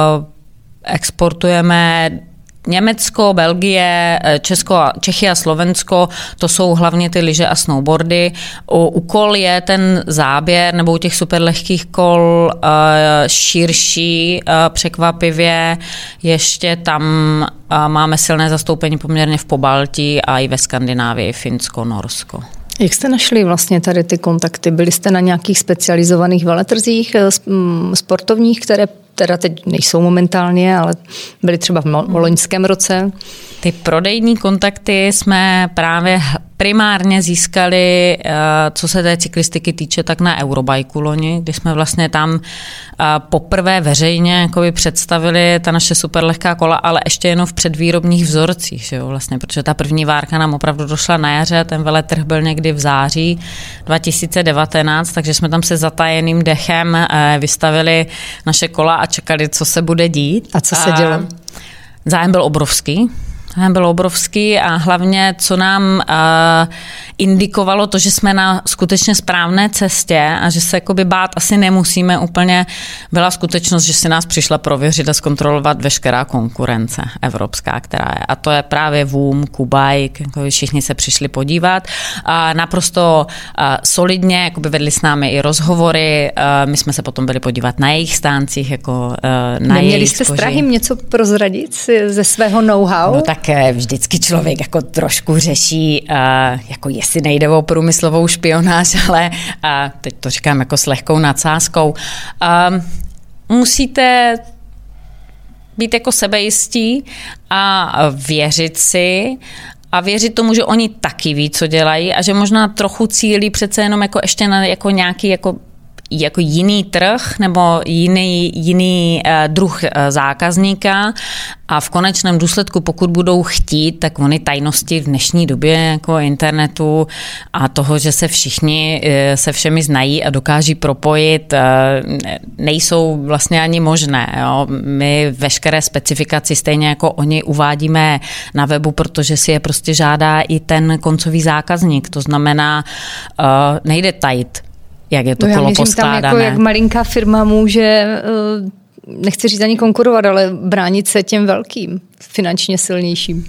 exportujeme Německo, Belgie, Česko, Čechy a Slovensko, to jsou hlavně ty lyže a snowboardy. U, u kol je ten záběr, nebo u těch superlehkých kol uh, širší, uh, překvapivě. Ještě tam uh, máme silné zastoupení poměrně v Pobaltí a i ve Skandinávii, Finsko, Norsko. Jak jste našli vlastně tady ty kontakty? Byli jste na nějakých specializovaných veletrzích sportovních, které teda teď nejsou momentálně, ale byly třeba v loňském roce? Ty prodejní kontakty jsme právě primárně získali, co se té cyklistiky týče, tak na Eurobajku loni, kdy jsme vlastně tam poprvé veřejně jakoby představili ta naše superlehká kola, ale ještě jenom v předvýrobních vzorcích, že jo, vlastně, protože ta první várka nám opravdu došla na jaře, ten veletrh byl někdy v září dva tisíce devatenáct, takže jsme tam se zatajeným dechem vystavili naše kola a čekali, co se bude dít. A co se dělo? Zájem byl obrovský. Byl obrovský a hlavně, co nám uh, indikovalo to, že jsme na skutečně správné cestě a že se jakoby bát asi nemusíme úplně, byla skutečnost, že si nás přišla prověřit a zkontrolovat veškerá konkurence evropská, která je. A to je právě V U M, Kubajk, jako všichni se přišli podívat. A naprosto uh, solidně, jakoby vedli s námi i rozhovory, uh, my jsme se potom byli podívat na jejich stáncích, jako uh, na Neměli jejich jste zboží. strach jim něco prozradit ze svého know-how? No tak vždycky člověk jako trošku řeší, uh, jako jestli nejde o průmyslovou špionáž, ale uh, teď to říkám jako s lehkou nadsázkou. Uh, musíte být jako sebejistí a věřit si a věřit tomu, že oni taky ví, co dělají a že možná trochu cílí přece jenom jako ještě na jako nějaký jako jako jiný trh nebo jiný, jiný uh, druh uh, zákazníka a v konečném důsledku, pokud budou chtít, tak oni tajnosti v dnešní době jako internetu a toho, že se všichni uh, se všemi znají a dokáží propojit, uh, nejsou vlastně ani možné. Jo? My veškeré specifikaci stejně jako oni uvádíme na webu, protože si je prostě žádá i ten koncový zákazník. To znamená, uh, nejde tajit, jak je to no kolo poskládané. Tam jako jak malinká firma může, nechci říct ani konkurovat, ale bránit se těm velkým, finančně silnějším.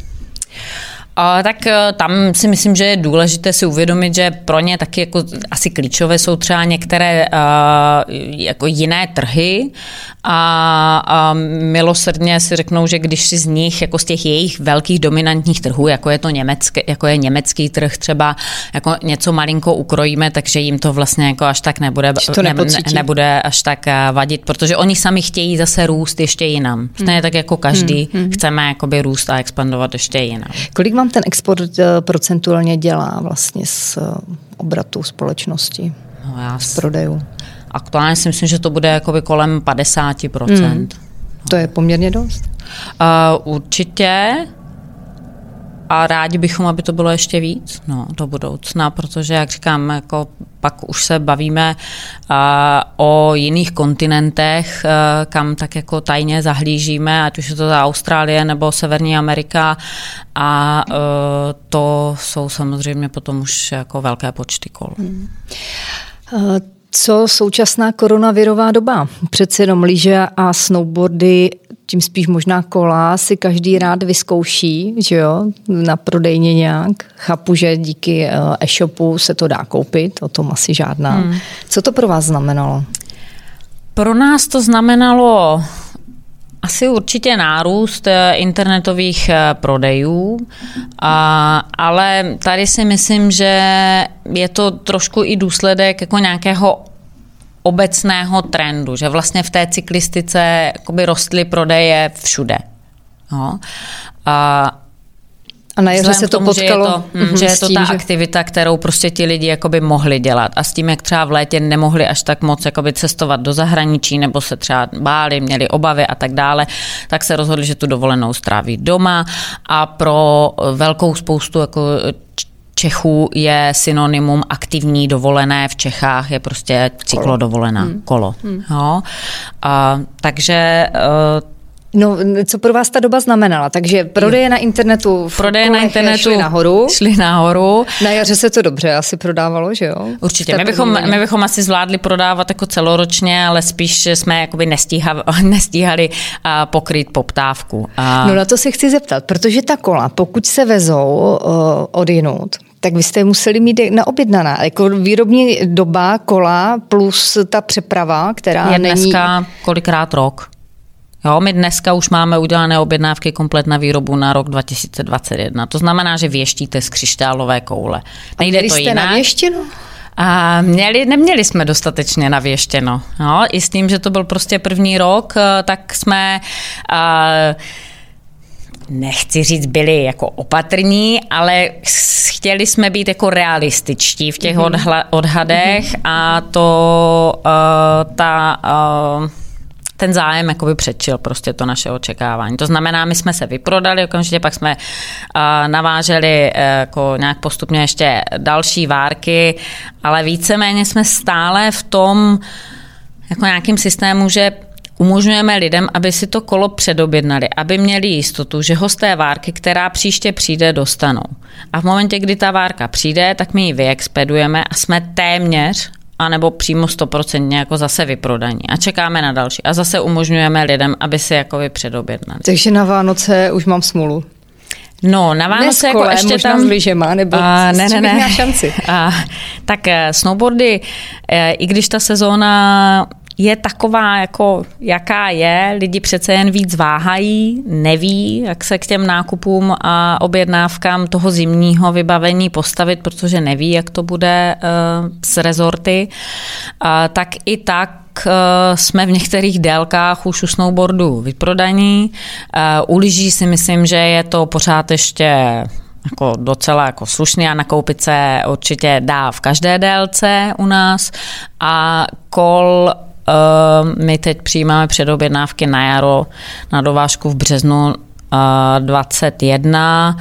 A tak tam si myslím, že je důležité si uvědomit, že pro ně taky jako asi klíčové jsou třeba některé uh, jako jiné trhy a, a milosrdně si řeknou, že když si z nich, jako z těch jejich velkých dominantních trhů, jako je to německé, jako je německý trh třeba, jako něco malinko ukrojíme, takže jim to vlastně jako až tak nebude, to ne, nebude až tak vadit, protože oni sami chtějí zase růst ještě jinam. Stejně hmm. tak jako každý hmm. Hmm. chceme jakoby růst a expandovat ještě jinam. Kolik vám ten export procentuálně dělá vlastně z obratu společnosti, no já z prodejů? Aktuálně si myslím, že to bude jakoby kolem padesát procent. Hmm. To je poměrně dost? Uh, určitě. A rádi bychom, aby to bylo ještě víc no, do budoucna, protože, jak říkám, jako pak už se bavíme uh, o jiných kontinentech, uh, kam tak jako tajně zahlížíme, ať už je to ta Austrálie nebo Severní Amerika a uh, to jsou samozřejmě potom už jako velké počty kol. Hmm. Uh, Co současná koronavirová doba? Přece jenom lyže a snowboardy, tím spíš možná kola, si každý rád vyzkouší, že jo, na prodejně nějak. Chápu, že díky e-shopu se to dá koupit, o tom asi žádná. Hmm. Co to pro vás znamenalo? Pro nás to znamenalo asi určitě nárůst internetových prodejů, a, ale tady si myslím, že je to trošku i důsledek jako nějakého obecného trendu, že vlastně v té cyklistice jakoby rostly prodeje všude. No. A A na jaře se to tomu, potkalo, že je to, mm, že je to tím, ta že... aktivita, kterou prostě ti lidi jakoby mohli dělat. A s tím, jak třeba v létě nemohli až tak moc jakoby cestovat do zahraničí, nebo se třeba báli, měli obavy a tak dále, tak se rozhodli, že tu dovolenou stráví doma. A pro velkou spoustu jako Čechů je synonymum aktivní dovolené v Čechách, je prostě cyklodovolená, kolo. kolo. Hmm. Jo. A, takže No, co pro vás ta doba znamenala? Takže prodeje na internetu v prodeje na internetu šly nahoru. Šly nahoru. Na jaře se to dobře asi prodávalo, že jo? Určitě. My bychom, my bychom asi zvládli prodávat jako celoročně, ale spíš jsme jakoby nestíhali, nestíhali pokrýt poptávku. No na to se chci zeptat, protože ta kola, pokud se vezou uh, odjinud, tak vy jste museli mít naobjednaná. Jako výrobní doba kola plus ta přeprava, která je není... dneska kolikrát rok. Jo, my dneska už máme udělané objednávky komplet na výrobu na rok dva tisíce dvacet jedna. To znamená, že věštíte z křišťálové koule. Nejde a měli to jste jinak. navěštěno? A měli, neměli jsme dostatečně navěštěno. Jo, i s tím, že to byl prostě první rok, tak jsme... A, nechci říct, byli jako opatrní, ale chtěli jsme být jako realističtí v těch mm-hmm. odhla, odhadech mm-hmm. a to uh, ta... Uh, ten zájem jakoby předčil prostě to naše očekávání. To znamená, my jsme se vyprodali, okamžitě pak jsme uh, naváželi uh, jako nějak postupně ještě další várky, ale víceméně jsme stále v tom jako nějakým systému, že umožňujeme lidem, aby si to kolo předobjednali, aby měli jistotu, že ho z té várky, která příště přijde, dostanou. A v momentě, kdy ta várka přijde, tak my ji vyexpedujeme a jsme téměř anebo přímo stoprocentně jako zase vyprodaní a čekáme na další. A zase umožňujeme lidem, aby si jako předobjednali. Takže na Vánoce už mám smůlu. No, na Vánoce jako kole, ještě možná tam... s lyžema, nebo a, ne, s čím ne, ne. šanci? A, tak snowboardy, i když ta sezóna je taková, jako jaká je, lidi přece jen víc váhají, neví, jak se k těm nákupům a objednávkám toho zimního vybavení postavit, protože neví, jak to bude uh, s rezorty, uh, tak i tak uh, jsme v některých délkách už u snowboardu vyprodaní. Uh, u lyží si myslím, že je to pořád ještě jako docela jako slušný a nakoupit se určitě dá v každé délce u nás. A kol Uh, my teď přijímáme předobjednávky na jaro, na dovážku v březnu uh, dvacet jedna,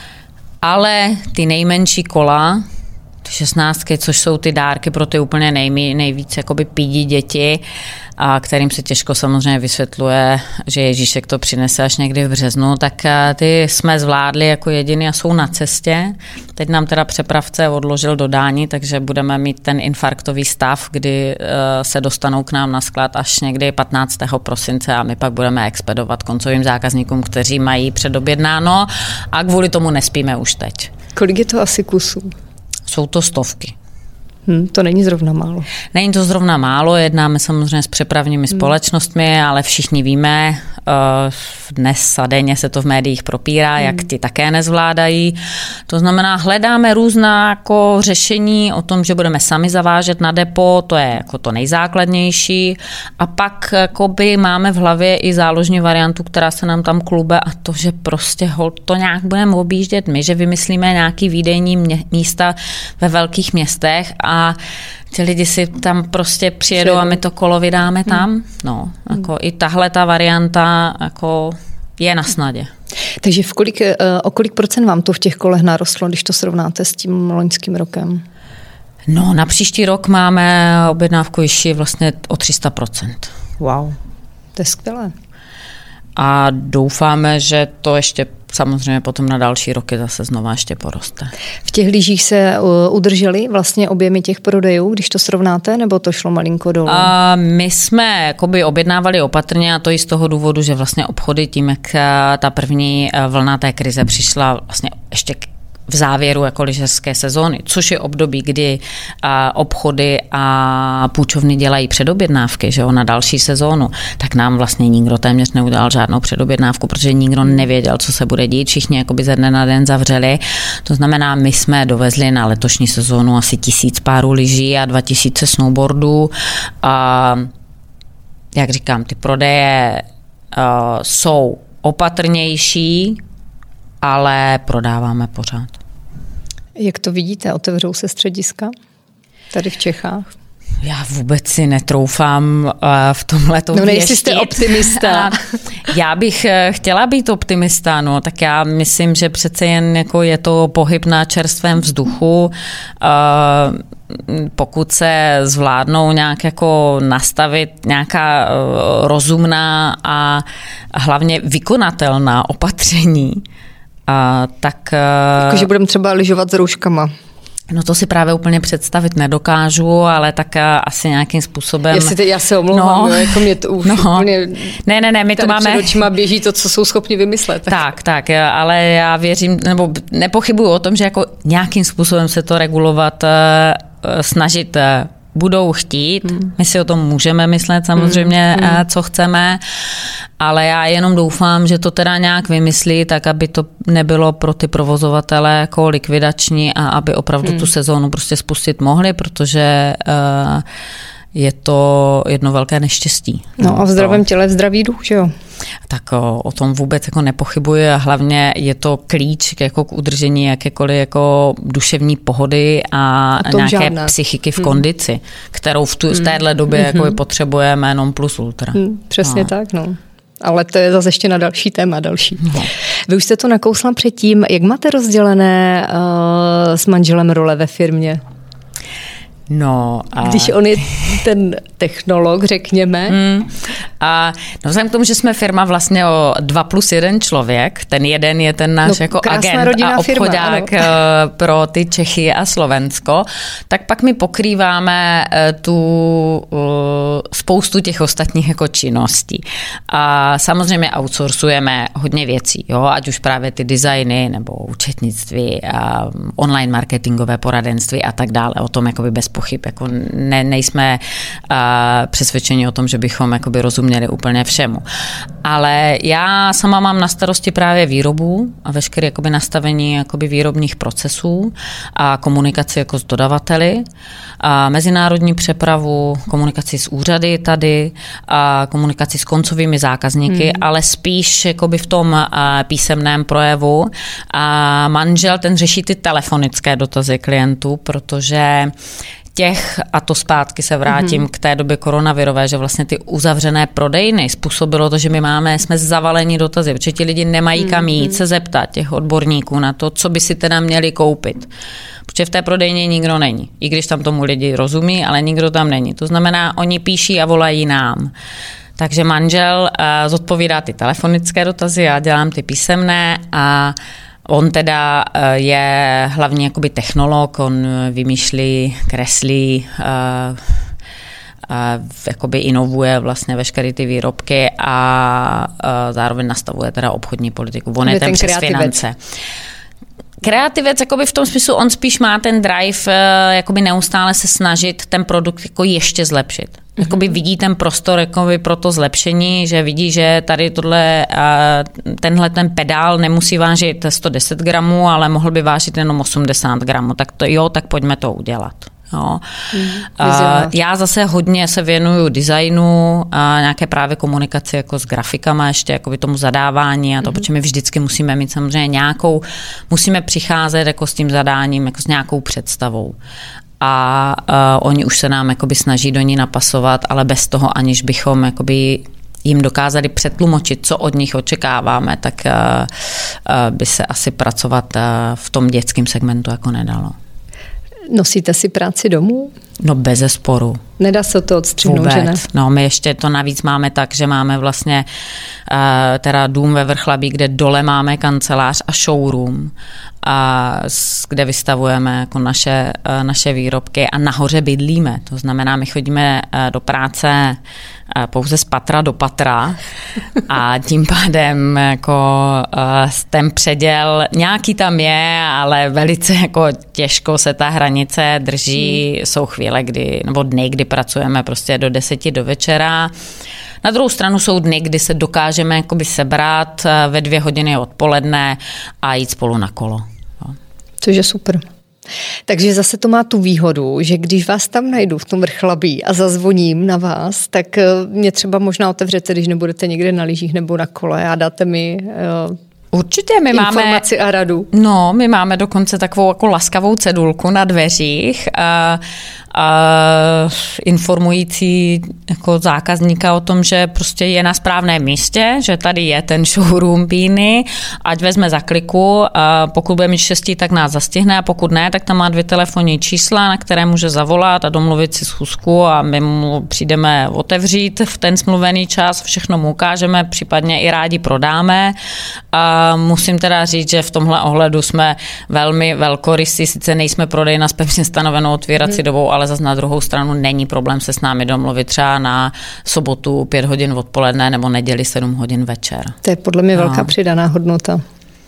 ale ty nejmenší kola, ty šestnáctky, což jsou ty dárky pro ty úplně nejmí, nejvíc jakoby pídí děti, a kterým se těžko samozřejmě vysvětluje, že Ježíšek to přinese až někdy v březnu, tak ty jsme zvládli jako jediný a jsou na cestě. Teď nám teda přepravce odložil dodání, takže budeme mít ten infarktový stav, kdy se dostanou k nám na sklad až někdy patnáctého prosince a my pak budeme expedovat koncovým zákazníkům, kteří mají předobjednáno a kvůli tomu nespíme už teď. Kolik je to asi kusů? Jsou to stovky. Hmm, to není zrovna málo. Není to zrovna málo, jednáme samozřejmě s přepravními hmm. společnostmi, ale všichni víme, dnes a denně se to v médiích propírá, hmm. jak ti také nezvládají. To znamená, hledáme různá jako řešení o tom, že budeme sami zavážet na depo, to je jako to nejzákladnější. A pak jakoby máme v hlavě i záložní variantu, která se nám tam klube a to, že prostě hold, to nějak budeme objíždět my, že vymyslíme nějaký výdejní mě, místa ve velkých městech a A ti lidi si tam prostě přijedou a my to kolo vydáme tam. Hmm. No, jako i tahle ta varianta jako je na snadě. Takže v kolik, o kolik procent vám to v těch kolech narostlo, když to srovnáte s tím loňským rokem? No, na příští rok máme objednávku již vlastně o tři sta procent. Wow, to je skvělé. A doufáme, že to ještě samozřejmě potom na další roky zase znova ještě poroste. V těch lyžích se udržely vlastně objemy těch prodejů, když to srovnáte, nebo to šlo malinko dolů? A my jsme jakoby objednávali opatrně a to i z toho důvodu, že vlastně obchody tím, jak ta první vlna té krize přišla vlastně ještě v závěru jako lyžařské sezóny, což je období, kdy a, obchody a půjčovny dělají předobjednávky, že jo, na další sezónu, tak nám vlastně nikdo téměř neudělal žádnou předobjednávku, protože nikdo nevěděl, co se bude dít, všichni jakoby ze dne na den zavřeli. To znamená, my jsme dovezli na letošní sezónu asi tisíc párů lyží a dva tisíce snowboardů. A jak říkám, ty prodeje a, jsou opatrnější, ale prodáváme pořád. Jak to vidíte? Otevřou se střediska tady v Čechách? Já vůbec si netroufám v tomhleto věštit. No nejsi jste optimista. Já bych chtěla být optimista, no, tak já myslím, že přece jen jako je to pohyb na čerstvém vzduchu. Pokud se zvládnou nějak jako nastavit nějaká rozumná a hlavně vykonatelná opatření, A, tak... Jakože budeme třeba lyžovat s rouškama. No to si právě úplně představit nedokážu, ale tak asi nějakým způsobem... Jestli te, já se omlouvám, no, jo, jako mě to už no, úplně... Ne, ne, ne, my to máme... před očima běží to, co jsou schopni vymyslet. Tak. tak, tak, ale já věřím, nebo nepochybuju o tom, že jako nějakým způsobem se to regulovat, snažit budou chtít. Hmm. My si o tom můžeme myslet samozřejmě, hmm. co chceme, ale já jenom doufám, že to teda nějak vymyslí, tak aby to nebylo pro ty provozovatele jako likvidační a aby opravdu hmm. tu sezónu prostě spustit mohli, protože uh, je to jedno velké neštěstí. No a v zdravém těle v zdravý duch, že jo? tak o, o tom vůbec jako nepochybuji a hlavně je to klíč jako k udržení jakékoliv jako duševní pohody a nějaké žádná. psychiky v kondici, hmm. kterou v, tu, v téhle době hmm. jako potřebujeme non plus ultra. Hmm, přesně no. tak, no. Ale to je zase ještě na další téma, další. No. Vy už jste to nakousla předtím. Jak máte rozdělené uh, s manželem role ve firmě? No, a... Když on je ten technolog, řekněme. Hmm. A no vzhledem k tomu, že jsme firma vlastně o dva plus jeden člověk, ten jeden je ten náš no, jako agent a obchodák firma, pro ty Čechy a Slovensko, tak pak my pokrýváme tu spoustu těch ostatních jako činností. A samozřejmě outsourcujeme hodně věcí, jo, ať už právě ty designy nebo účetnictví, a online marketingové poradenství a tak dále. O tom jakoby bez pochyb. Jako ne, nejsme uh, přesvědčeni o tom, že bychom jakoby rozuměli úplně všemu. Ale já sama mám na starosti právě výrobu a veškeré jakoby nastavení jakoby výrobních procesů a komunikaci jako s dodavateli, a mezinárodní přepravu, komunikaci s úřady tady, a komunikaci s koncovými zákazníky, hmm. ale spíš jakoby v tom uh, písemném projevu. A manžel ten řeší ty telefonické dotazy klientů, protože těch, a to zpátky se vrátím mm-hmm. k té době koronavirové, že vlastně ty uzavřené prodejny způsobilo to, že my máme, jsme zavaleni dotazy, protože ti lidi nemají mm-hmm. kam jít se zeptat těch odborníků na to, co by si teda měli koupit. Protože v té prodejně nikdo není. I když tam tomu lidi rozumí, ale nikdo tam není. To znamená, oni píší a volají nám. Takže manžel uh, zodpovídá ty telefonické dotazy, já dělám ty písemné a on teda je hlavně jakoby technolog, on vymýšlí, kreslí, uh, uh, jakoby inovuje vlastně veškeré ty výrobky a uh, zároveň nastavuje teda obchodní politiku. On je ten přes finance. Kreativec jakoby v tom smyslu, on spíš má ten drive jakoby neustále se snažit ten produkt jako ještě zlepšit. Jakoby vidí ten prostor jakoby pro to zlepšení, že vidí, že tady tohle, tenhle ten pedál nemusí vážit sto deset gramů, ale mohl by vážit jenom osmdesát gramů. Tak to jo, tak pojďme to udělat. Jo. Mm, já zase hodně se věnuju designu a nějaké právě komunikaci jako s grafikama, ještě jakoby tomu zadávání a to, mm. protože my vždycky musíme mít samozřejmě nějakou, musíme přicházet jako s tím zadáním, jako s nějakou představou. A uh, oni už se nám jakoby snaží do ní napasovat, ale bez toho, aniž bychom jakoby jim dokázali přetlumočit, co od nich očekáváme, tak uh, uh, by se asi pracovat uh, v tom dětském segmentu jako nedalo. Nosíte si práci domů? No bezesporu. Nedá se to odstřihnout, že ne? No my ještě to navíc máme tak, že máme vlastně uh, teda dům ve Vrchlabí, kde dole máme kancelář a showroom, a kde vystavujeme jako naše, uh, naše výrobky a nahoře bydlíme. To znamená, my chodíme uh, do práce uh, pouze z patra do patra a tím pádem jako uh, ten předěl nějaký tam je, ale velice jako těžko se ta hranice drží. Hmm. Jsou chvíle, kdy, nebo dny, kdy pracujeme prostě do deseti do večera. Na druhou stranu jsou dny, kdy se dokážeme jakoby sebrat ve dvě hodiny odpoledne a jít spolu na kolo. No. Což je super. Takže zase to má tu výhodu, že když vás tam najdu v tom Vrchlabí a zazvoním na vás, tak mě třeba možná otevřete, když nebudete někde na lyžích nebo na kole a dáte mi uh, určitě, my informaci máme, a radu. No, my máme dokonce takovou jako laskavou cedulku na dveřích a, a informující jako zákazníka o tom, že prostě je na správném místě, že tady je ten showroom Beany, ať vezme za kliku, a pokud bude mít štěstí, tak nás zastihne a pokud ne, tak tam má dvě telefonní čísla, na které může zavolat a domluvit si schůzku a my mu přijdeme otevřít v ten smluvený čas, všechno mu ukážeme, případně i rádi prodáme. A musím teda říct, že v tomhle ohledu jsme velmi velkorysí, sice nejsme prodejna s pevně stanovenou otvírací hmm. dobou, ale zase na druhou stranu není problém se s námi domluvit třeba na sobotu pět hodin odpoledne nebo neděli sedm hodin večer. To je podle mě velká no. přidaná hodnota.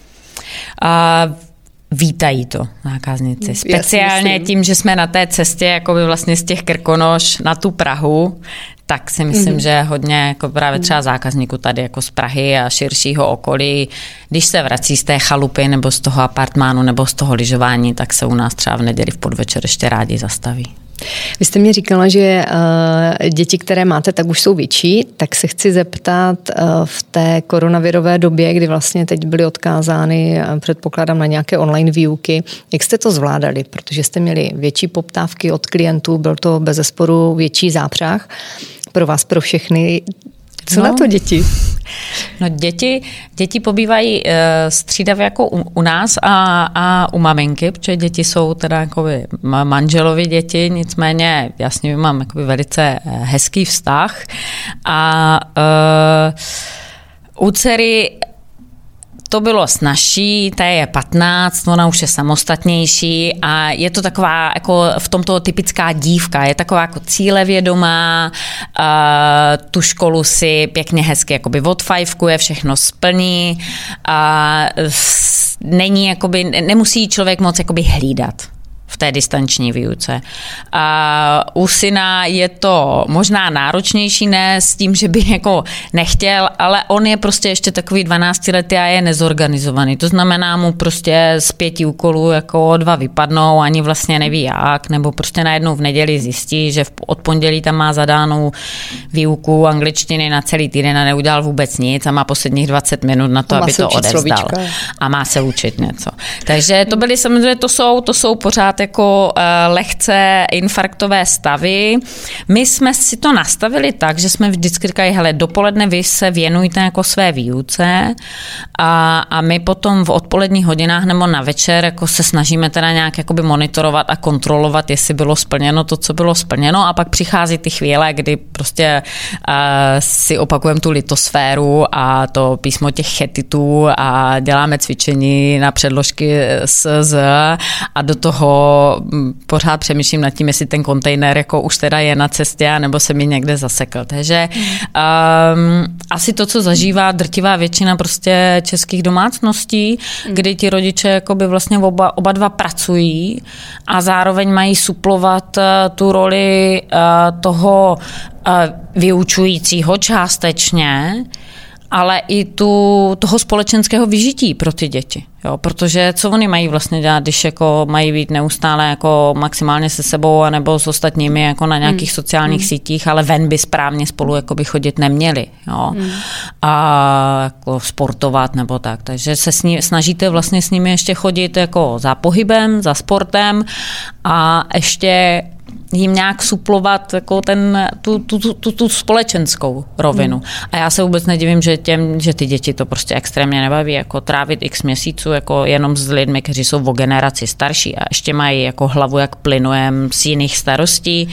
A vítají to zákazníci. Speciálně tím, že jsme na té cestě jakoby vlastně z těch Krkonoš na tu Prahu, tak si myslím, mm-hmm. že hodně jako právě třeba zákazníků tady jako z Prahy a širšího okolí, když se vrací z té chalupy nebo z toho apartmánu nebo z toho lyžování, tak se u nás třeba v neděli v podvečer ještě rádi zastaví. Vy jste mi říkala, že uh, děti, které máte, tak už jsou větší, tak se chci zeptat uh, v té koronavirové době, kdy vlastně teď byly odkázány, uh, předpokládám, na nějaké online výuky, jak jste to zvládali? Protože jste měli větší poptávky od klientů, byl to bezesporu větší zápřah pro vás, pro všechny. Co no. na to děti? No děti, děti pobývají uh, střídavě jako u, u nás a, a u maminky, protože děti jsou teda jakoby manželovi děti, nicméně jasně mám jakoby velice hezký vztah a uh, u dcery to bylo snazší, ta je patnáct, ona už je samostatnější a je to taková jako v tomto typická dívka, je taková jako cílevědomá, uh, tu školu si pěkně hezky jakoby odfajfkuje, všechno splní a uh, není jakoby, nemusí člověk moc jakoby hlídat v té distanční výuce. A u syna je to možná náročnější, ne s tím, že by jako nechtěl, ale on je prostě ještě takový dvanáctiletý a je nezorganizovaný. To znamená mu prostě z pěti úkolů jako dva vypadnou, ani vlastně neví jak, nebo prostě najednou v neděli zjistí, že od pondělí tam má zadánou výuku angličtiny na celý týden a neudělal vůbec nic a má posledních dvacet minut na to, aby to odevzdal. A má se učit něco. Takže to byly samozřejmě, to jsou, to jsou pořád jako uh, lehce infarktové stavy. My jsme si to nastavili tak, že jsme vždycky říkali, hele, dopoledne vy se věnujte jako své výuce a, a my potom v odpoledních hodinách nebo na večer jako se snažíme teda nějak jakoby monitorovat a kontrolovat, jestli bylo splněno to, co bylo splněno a pak přichází ty chvíle, kdy prostě uh, si opakujeme tu litosféru a to písmo těch chetitů a děláme cvičení na předložky s z a do toho pořád přemýšlím nad tím, jestli ten kontejner jako už teda je na cestě, nebo se mi někde zasekl. Takže um, asi to, co zažívá drtivá většina prostě českých domácností, mm. kdy ti rodiče jakoby vlastně oba, oba dva pracují a zároveň mají suplovat uh, tu roli uh, toho uh, vyučujícího částečně, ale i tu, toho společenského vyžití pro ty děti. Jo, protože co oni mají vlastně dělat, když jako mají být neustále jako maximálně se sebou anebo s ostatními jako na nějakých mm. sociálních mm. sítích, ale ven by správně spolu jako by chodit neměli. Jo. Mm. A jako sportovat nebo tak. Takže se s ní, snažíte vlastně s nimi ještě chodit jako za pohybem, za sportem a ještě jim nějak suplovat jako ten, tu, tu, tu, tu společenskou rovinu. Hmm. A já se vůbec nedivím, že, těm, že ty děti to prostě extrémně nebaví, jako trávit x měsíců jako jenom s lidmi, kteří jsou o generaci starší a ještě mají jako hlavu jak plynujem z jiných starostí.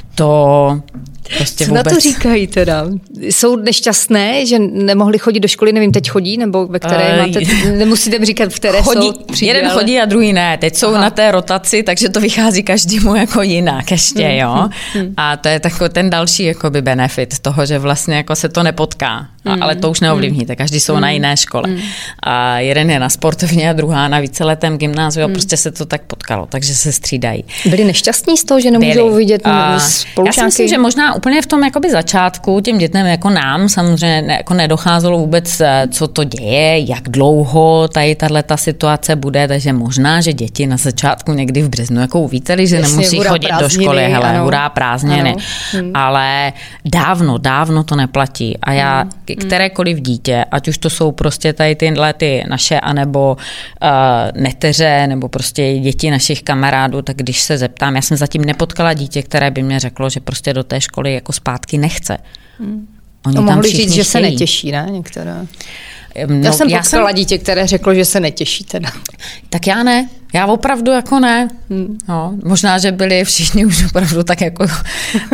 To prostě Co vůbec... na to říkají teda? Jsou nešťastné, že nemohli chodit do školy, nevím, teď chodí, nebo ve které uh, máte, nemusíte mi říkat, v které chodí, jsou třídy, jeden ale... chodí a druhý ne. Teď jsou Aha. na té rotaci, takže to vychází každému jako jinak ještě, hmm. jo. Hmm. A to je takový ten další jakoby benefit toho, že vlastně jako se to nepotká. Hmm. Ale to už neovlivníte, každý jsou hmm. na jiné škole. Hmm. A jeden je na sportovně a druhá na víceletém gymnáziu a hmm. prostě se to tak potkalo, takže se střídají. Byli nešťastní z toho, že nemůžou Byli. vidět a... spolužáky? Já si myslím, že možná úplně v tom jakoby začátku těm dětem jako nám samozřejmě ne, jako nedocházelo vůbec, co to děje, jak dlouho tady tato situace bude, takže možná, že děti na začátku někdy v březnu jako uvítali, že Jasně, nemusí chodit do školy, hele, ano. hurá prázdniny, hmm. ale dávno, dávno to neplatí a já hmm. kterékoliv dítě, ať už to jsou prostě tady tyhle ty naše, anebo uh, neteře, nebo prostě děti našich kamarádů, tak když se zeptám, já jsem zatím nepotkala dítě, které by mě řeklo, že prostě do té školy jako zpátky nechce. Hmm. Oni to tam mohli říct, chtějí. že se netěší, ne? Některé. No, já jsem já potkala jsem... dítě, které řeklo, že se netěší teda. Tak já ne. Já opravdu jako ne. Hmm. No, možná, že byli všichni už opravdu tak jako... Uh,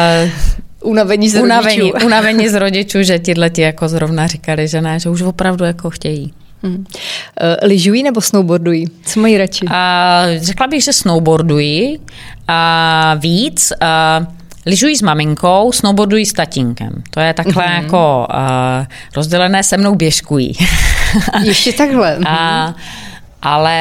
Unavení z unavení, rodičů. Unavení z rodičů, že tihleti jako zrovna říkali, že ne, že už opravdu jako chtějí. Hmm. Uh, lyžují nebo snowboardují? Co mají radši? Uh, řekla bych, že snowboardují uh, víc. Uh, lyžují s maminkou, snowboardují s tatínkem. To je takhle mm-hmm. jako uh, rozdělené, se mnou běžkují. Ještě takhle. uh, ale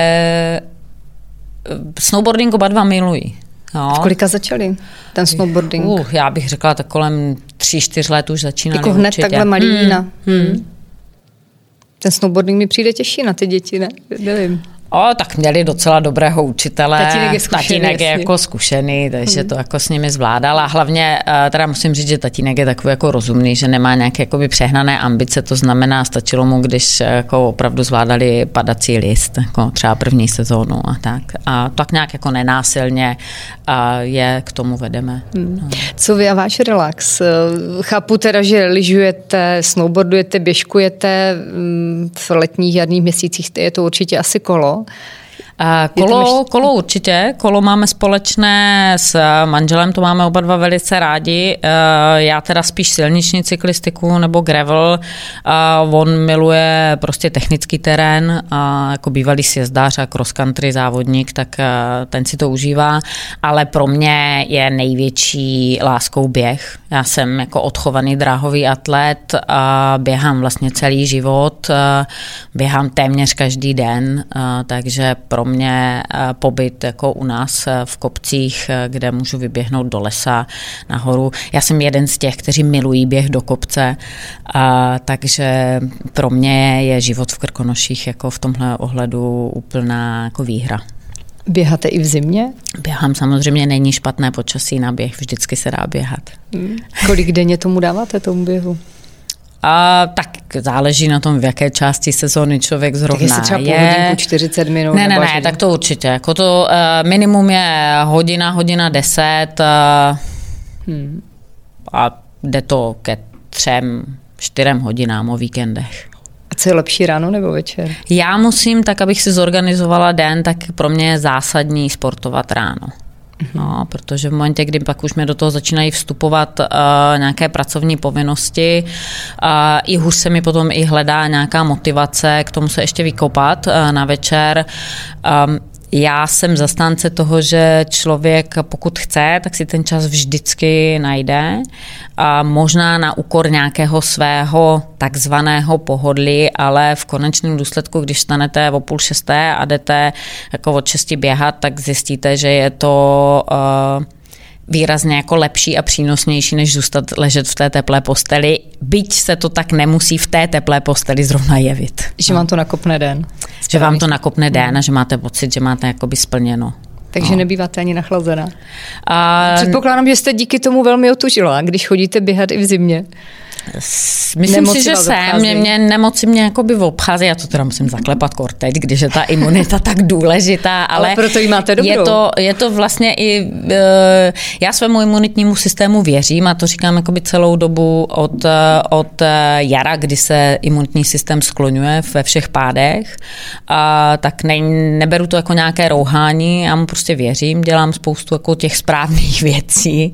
snowboarding oba dva milují. No. V kolika začali ten snowboarding? Uh, já bych řekla, tak kolem tři, čtyř let už začínali. Jako hned určitě. takhle malý hmm. hmm. hmm. Ten snowboarding mi přijde těžší na ty děti, ne? Nevím. O, tak měli docela dobrého učitele. Tatínek je zkušený. Tatínek je jako zkušený, takže hmm. to jako s nimi zvládala. Hlavně teda musím říct, že tatínek je takový jako rozumný, že nemá nějaké jakoby přehnané ambice, to znamená, stačilo mu, když jako opravdu zvládali padací list, jako třeba první sezónu a tak. A tak nějak jako nenásilně je k tomu vedeme. Hmm. No. Co vy a váš relax? Chápu teda, že lyžujete, snowboardujete, běžkujete, v letních jarních měsících je to určitě asi kolo. Kolo, kolo určitě, kolo máme společné s manželem, to máme oba dva velice rádi. Já teda spíš silniční cyklistiku nebo gravel. On miluje prostě technický terén, jako bývalý sjezdář a cross country závodník, tak ten si to užívá, ale pro mě je největší láskou běh. Já jsem jako odchovaný dráhový atlet a běhám vlastně celý život, běhám téměř každý den, takže pro mě pobyt jako u nás v kopcích, kde můžu vyběhnout do lesa nahoru. Já jsem jeden z těch, kteří milují běh do kopce, a, takže pro mě je život v Krkonoších jako v tomhle ohledu úplná jako výhra. Běháte i v zimě? Běhám samozřejmě, není špatné počasí na běh, vždycky se dá běhat. Hmm. Kolik denně tomu dáváte, tomu běhu? A tak záleží na tom, v jaké části sezóny člověk zrovna je. Tak jestli třeba půl hodinku, čtyřicet minut? Ne, ne, ne, tak to určitě. Jako to uh, minimum je hodina, hodina deset uh, hmm. a jde to ke třem, čtyřem hodinám o víkendech. A co je lepší, ráno nebo večer? Já musím, tak abych si zorganizovala den, tak pro mě je zásadní sportovat ráno. No, protože v momentě, kdy pak už mě do toho začínají vstupovat uh, nějaké pracovní povinnosti, uh, i hůř se mi potom i hledá nějaká motivace k tomu se ještě vykopat uh, na večer. Um, Já jsem zastánce toho, že člověk, pokud chce, tak si ten čas vždycky najde. A možná na úkor nějakého svého takzvaného pohodlí, ale v konečném důsledku, když stanete o půl šesté a jdete jako od šesti běhat, tak zjistíte, že je to uh, výrazně jako lepší a přínosnější, než zůstat ležet v té teplé posteli, byť se to tak nemusí v té teplé posteli zrovna jevit. Že vám to nakopne den. Že vám to nakopne den a že máte pocit, že máte jakoby splněno. Takže no. Nebýváte ani nachlazená. A... Předpokládám, že jste díky tomu velmi otužila, když chodíte běhat i v zimě. Myslím nemoci si, že jsem. Mě, mě, nemoci mě jakoby obchází, já to teda musím zaklepat kor teď, když je ta imunita tak důležitá, ale, ale proto jí máte dobrou. Je to, je to vlastně i, já svému imunitnímu systému věřím a to říkám jakoby celou dobu od, od jara, kdy se imunitní systém skloňuje ve všech pádech, a tak ne, neberu to jako nějaké rouhání, já mu prostě věřím, dělám spoustu jako těch správných věcí.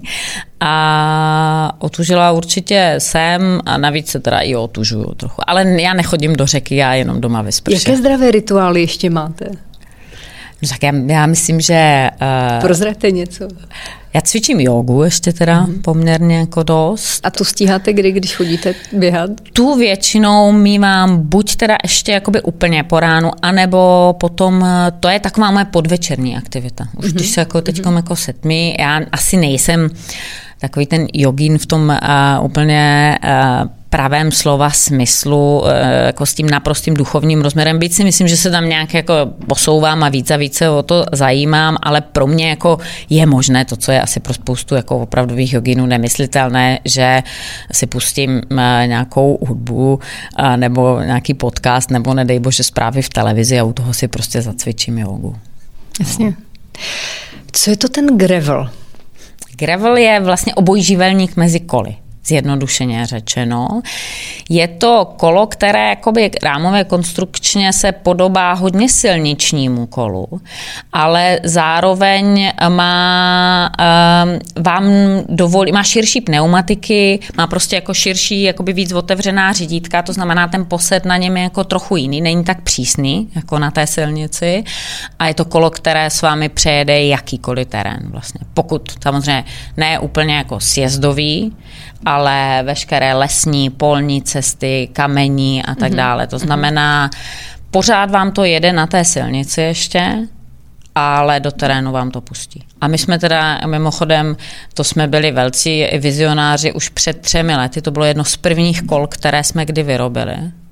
A otužila určitě jsem a navíc se teda i otužuju trochu. Ale já nechodím do řeky, já jenom doma ve sprše. Jaké zdravé rituály ještě máte? No tak já, já myslím, že... Uh, Prozraďte něco. Já cvičím jogu ještě teda mm. poměrně jako dost. A tu stíháte kdy, když chodíte běhat? Tu většinou mívám buď teda ještě jakoby úplně po ránu, anebo potom, to je taková moje podvečerní aktivita. Už mm. když se jako teďkom mm. jako setmí, já asi nejsem takový ten jogín v tom uh, úplně uh, pravém slova smyslu, uh, jako s tím naprostým duchovním rozměrem. Byť si myslím, že se tam nějak jako posouvám a víc a více o to zajímám, ale pro mě jako je možné to, co je asi pro spoustu jako opravdových jogínů nemyslitelné, že si pustím uh, nějakou hudbu uh, nebo nějaký podcast nebo nedej bože zprávy v televizi a u toho si prostě zacvičím jogu. Jasně. Co je to ten gravel? Gravel je vlastně obojživelník mezi koly, zjednodušeně řečeno. Je to kolo, které jakoby rámově konstrukčně se podobá hodně silničnímu kolu, ale zároveň má, vám dovolí, má širší pneumatiky, má prostě jako širší, jakoby víc otevřená řídítka, to znamená, ten posed na něm je jako trochu jiný, není tak přísný, jako na té silnici a je to kolo, které s vámi přejede jakýkoliv terén vlastně. Pokud samozřejmě ne úplně jako sjezdový, ale veškeré lesní, polní cesty, kamení a tak dále. To znamená, pořád vám to jede na té silnici ještě, ale do terénu vám to pustí. A my jsme teda, mimochodem, to jsme byli velcí vizionáři už před třemi lety, to bylo jedno z prvních kol, které jsme kdy vyrobili.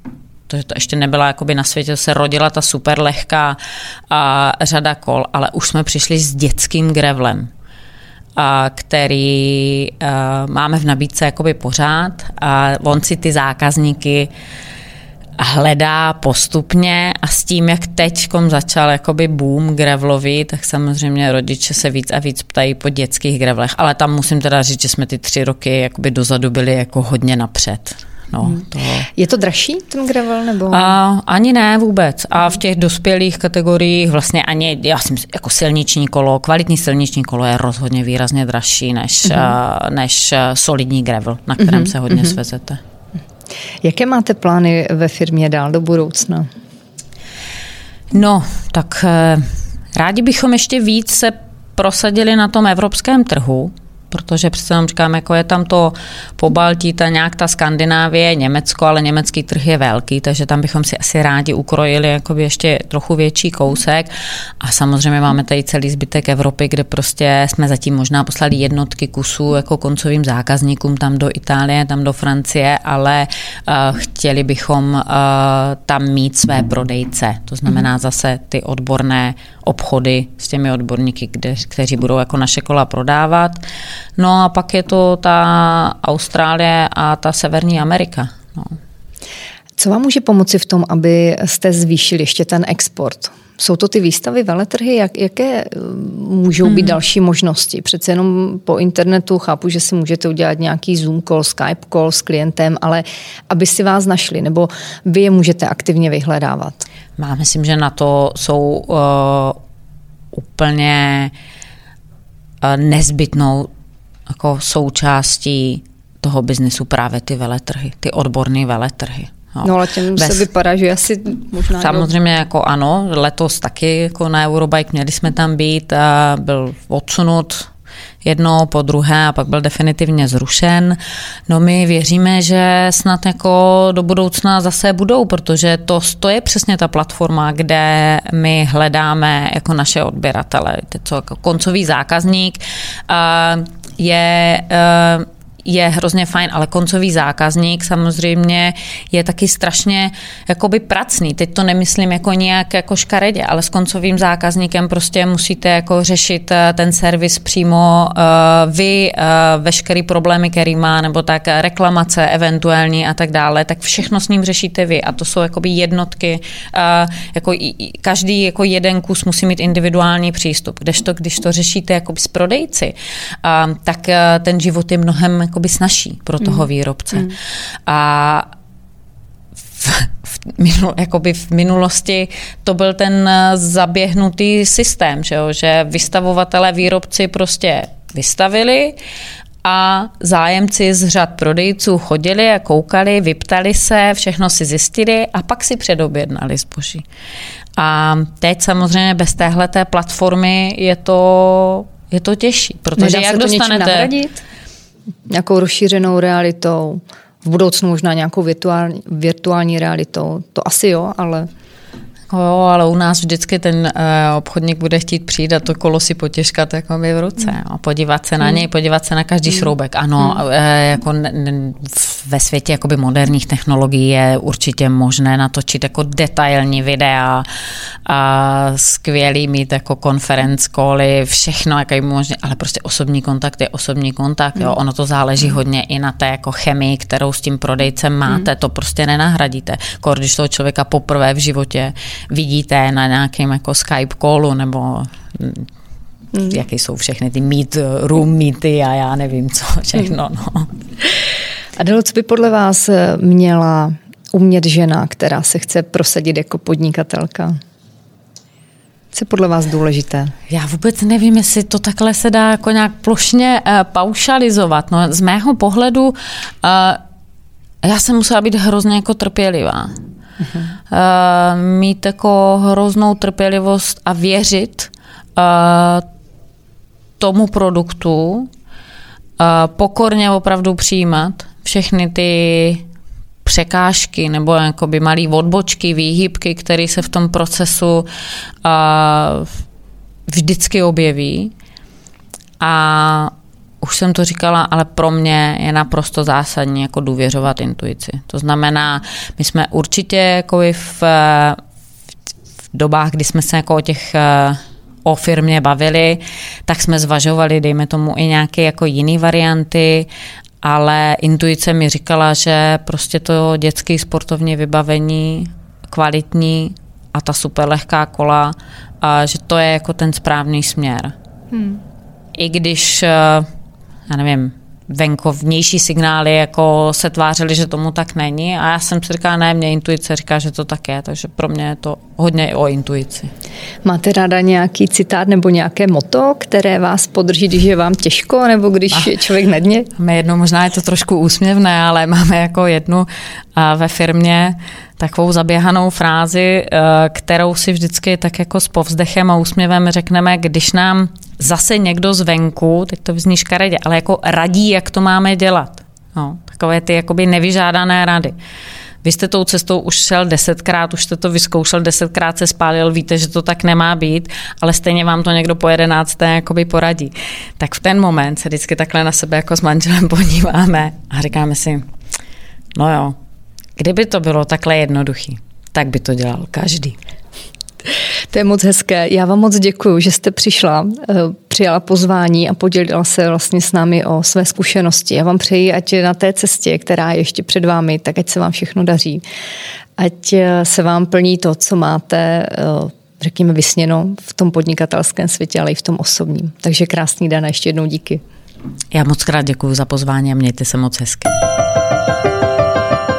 protože to ještě nebyla jakoby na světě, se rodila ta super lehká a, řada kol, ale už jsme přišli s dětským grevlem, a, který a, máme v nabídce jakoby pořád a on si ty zákazníky hledá postupně a s tím, jak teďkom začal jakoby boom grevlový, tak samozřejmě rodiče se víc a víc ptají po dětských grevlech, ale tam musím teda říct, že jsme ty tři roky jakoby dozadu byli jako hodně napřed. No, to... Je to dražší ten gravel nebo? A, ani ne vůbec. A v těch dospělých kategoriích vlastně ani, já si myslím, jako silniční kolo, kvalitní silniční kolo je rozhodně výrazně dražší než, uh-huh. než solidní gravel, na kterém uh-huh. se hodně uh-huh. svezete. Jaké máte plány ve firmě dál do budoucna? No, tak rádi bychom ještě víc se prosadili na tom evropském trhu, protože přece jenom říkám, jako je tam to Pobaltí, ta nějak ta Skandinávie, Německo, ale německý trh je velký, takže tam bychom si asi rádi ukrojili jakoby ještě trochu větší kousek a samozřejmě máme tady celý zbytek Evropy, kde prostě jsme zatím možná poslali jednotky kusů jako koncovým zákazníkům tam do Itálie, tam do Francie, ale uh, chtěli bychom uh, tam mít své prodejce, to znamená zase ty odborné obchody s těmi odborníky, kde, kteří budou jako naše kola prodávat. No a pak je to ta Austrálie a ta Severní Amerika. No. Co vám může pomoci v tom, aby jste zvýšili ještě ten export? Jsou to ty výstavy, veletrhy? Jak, jaké můžou být hmm. další možnosti? Přece jenom po internetu chápu, že si můžete udělat nějaký Zoom call, Skype call s klientem, ale aby si vás našli, nebo vy je můžete aktivně vyhledávat? Já myslím, že na to jsou uh, úplně uh, nezbytnou jako součástí toho biznesu právě ty veletrhy, ty odborné veletrhy. No, no ale těm Bez... se vypadá, že asi možná... Samozřejmě jako ano, letos taky jako na Eurobike měli jsme tam být a byl odsunut jedno po druhé a pak byl definitivně zrušen. No my věříme, že snad jako do budoucna zase budou, protože to, to je přesně ta platforma, kde my hledáme jako naše odběratele. Co jako koncový zákazník uh, je... Uh, je hrozně fajn, ale koncový zákazník samozřejmě je taky strašně jakoby pracný. Teď to nemyslím jako nějak jako škaredě, ale s koncovým zákazníkem prostě musíte jako řešit ten servis přímo uh, vy, uh, veškerý problémy, který má, nebo tak reklamace eventuální a tak dále, tak všechno s ním řešíte vy a to jsou jakoby jednotky, uh, jako každý jako jeden kus musí mít individuální přístup, kdežto když to řešíte jakoby s prodejci, uh, tak uh, ten život je mnohem jakoby snažší pro toho výrobce. Mm. A v, v, minul, jakoby v minulosti to byl ten zaběhnutý systém, že, jo? Že vystavovatelé, výrobci prostě vystavili a zájemci z řad prodejců chodili a koukali, vyptali se, všechno si zjistili a pak si předobjednali zboží. A teď samozřejmě bez téhleté platformy je to, je to těžší, protože Nedá jak se to dostanete... nahradit? Nějakou rozšířenou realitou, v budoucnu možná nějakou virtuální, virtuální realitou. To asi jo, ale... Jo, ale u nás vždycky ten uh, obchodník bude chtít přijít a to kolo si potěžkat jako by v ruce. Mm. Podívat se na mm. něj, podívat se na každý mm. šroubek. Ano, mm. uh, jako n- n- ve světě jakoby moderních technologií je určitě možné natočit jako detailní videa a skvělý mít jako conference cally, všechno, jak je možné, ale prostě osobní kontakt je osobní kontakt. Mm. Jo. Ono to záleží mm. hodně i na té jako chemii, kterou s tím prodejcem máte. Mm. To prostě nenahradíte. Kor, když toho člověka poprvé v životě vidíte na nějakém jako Skype callu nebo mm. jaké jsou všechny ty meet room meety a já nevím co všechno. No. Adélo, co by podle vás měla umět žena, která se chce prosadit jako podnikatelka? Co je podle vás důležité? Já vůbec nevím, jestli to takhle se dá jako nějak plošně uh, paušalizovat. No, z mého pohledu uh, já jsem musela být hrozně jako trpělivá. Uh-huh. Uh, mít jako hroznou trpělivost a věřit uh, tomu produktu, uh, pokorně opravdu přijímat všechny ty překážky nebo jakoby malý odbočky, výhybky, které se v tom procesu uh, vždycky objeví a už jsem to říkala, ale pro mě je naprosto zásadní jako důvěřovat intuici. To znamená, my jsme určitě jako v, v dobách, kdy jsme se jako o těch o firmě bavili, tak jsme zvažovali, dejme tomu, i nějaké jako jiné varianty, ale intuice mi říkala, že prostě to dětské sportovní vybavení, kvalitní a ta super lehká kola, a že to je jako ten správný směr. Hmm. I když, já nevím, venkovnější signály jako se tvářily, že tomu tak není a já jsem si říkala, ne, mě intuice říká, že to tak je, takže pro mě je to hodně o intuici. Máte ráda nějaký citát nebo nějaké motto, které vás podrží, když je vám těžko nebo když je člověk na dně? Máme jednu, možná je to trošku úsměvné, ale máme jako jednu ve firmě takovou zaběhanou frázi, kterou si vždycky tak jako s povzdechem a úsměvem řekneme, když nám zase někdo zvenku, teď to vyzní škaredě, ale jako radí, jak to máme dělat. No, takové ty jakoby nevyžádané rady. Vy jste tou cestou už šel desetkrát, už jste to vyzkoušel, desetkrát se spálil, víte, že to tak nemá být, ale stejně vám to někdo po jedenácté jakoby poradí. Tak v ten moment se vždycky takhle na sebe jako s manželem podíváme a říkáme si, no jo, kdyby to bylo takhle jednoduchý, tak by to dělal každý. To je moc hezké. Já vám moc děkuju, že jste přišla, přijala pozvání a podělila se vlastně s námi o své zkušenosti. Já vám přeji, ať na té cestě, která je ještě před vámi, tak ať se vám všechno daří. Ať se vám plní to, co máte, řekněme, vysněno v tom podnikatelském světě, ale i v tom osobním. Takže krásný den a ještě jednou díky. Já moc krát děkuju za pozvání a mějte se moc hezky.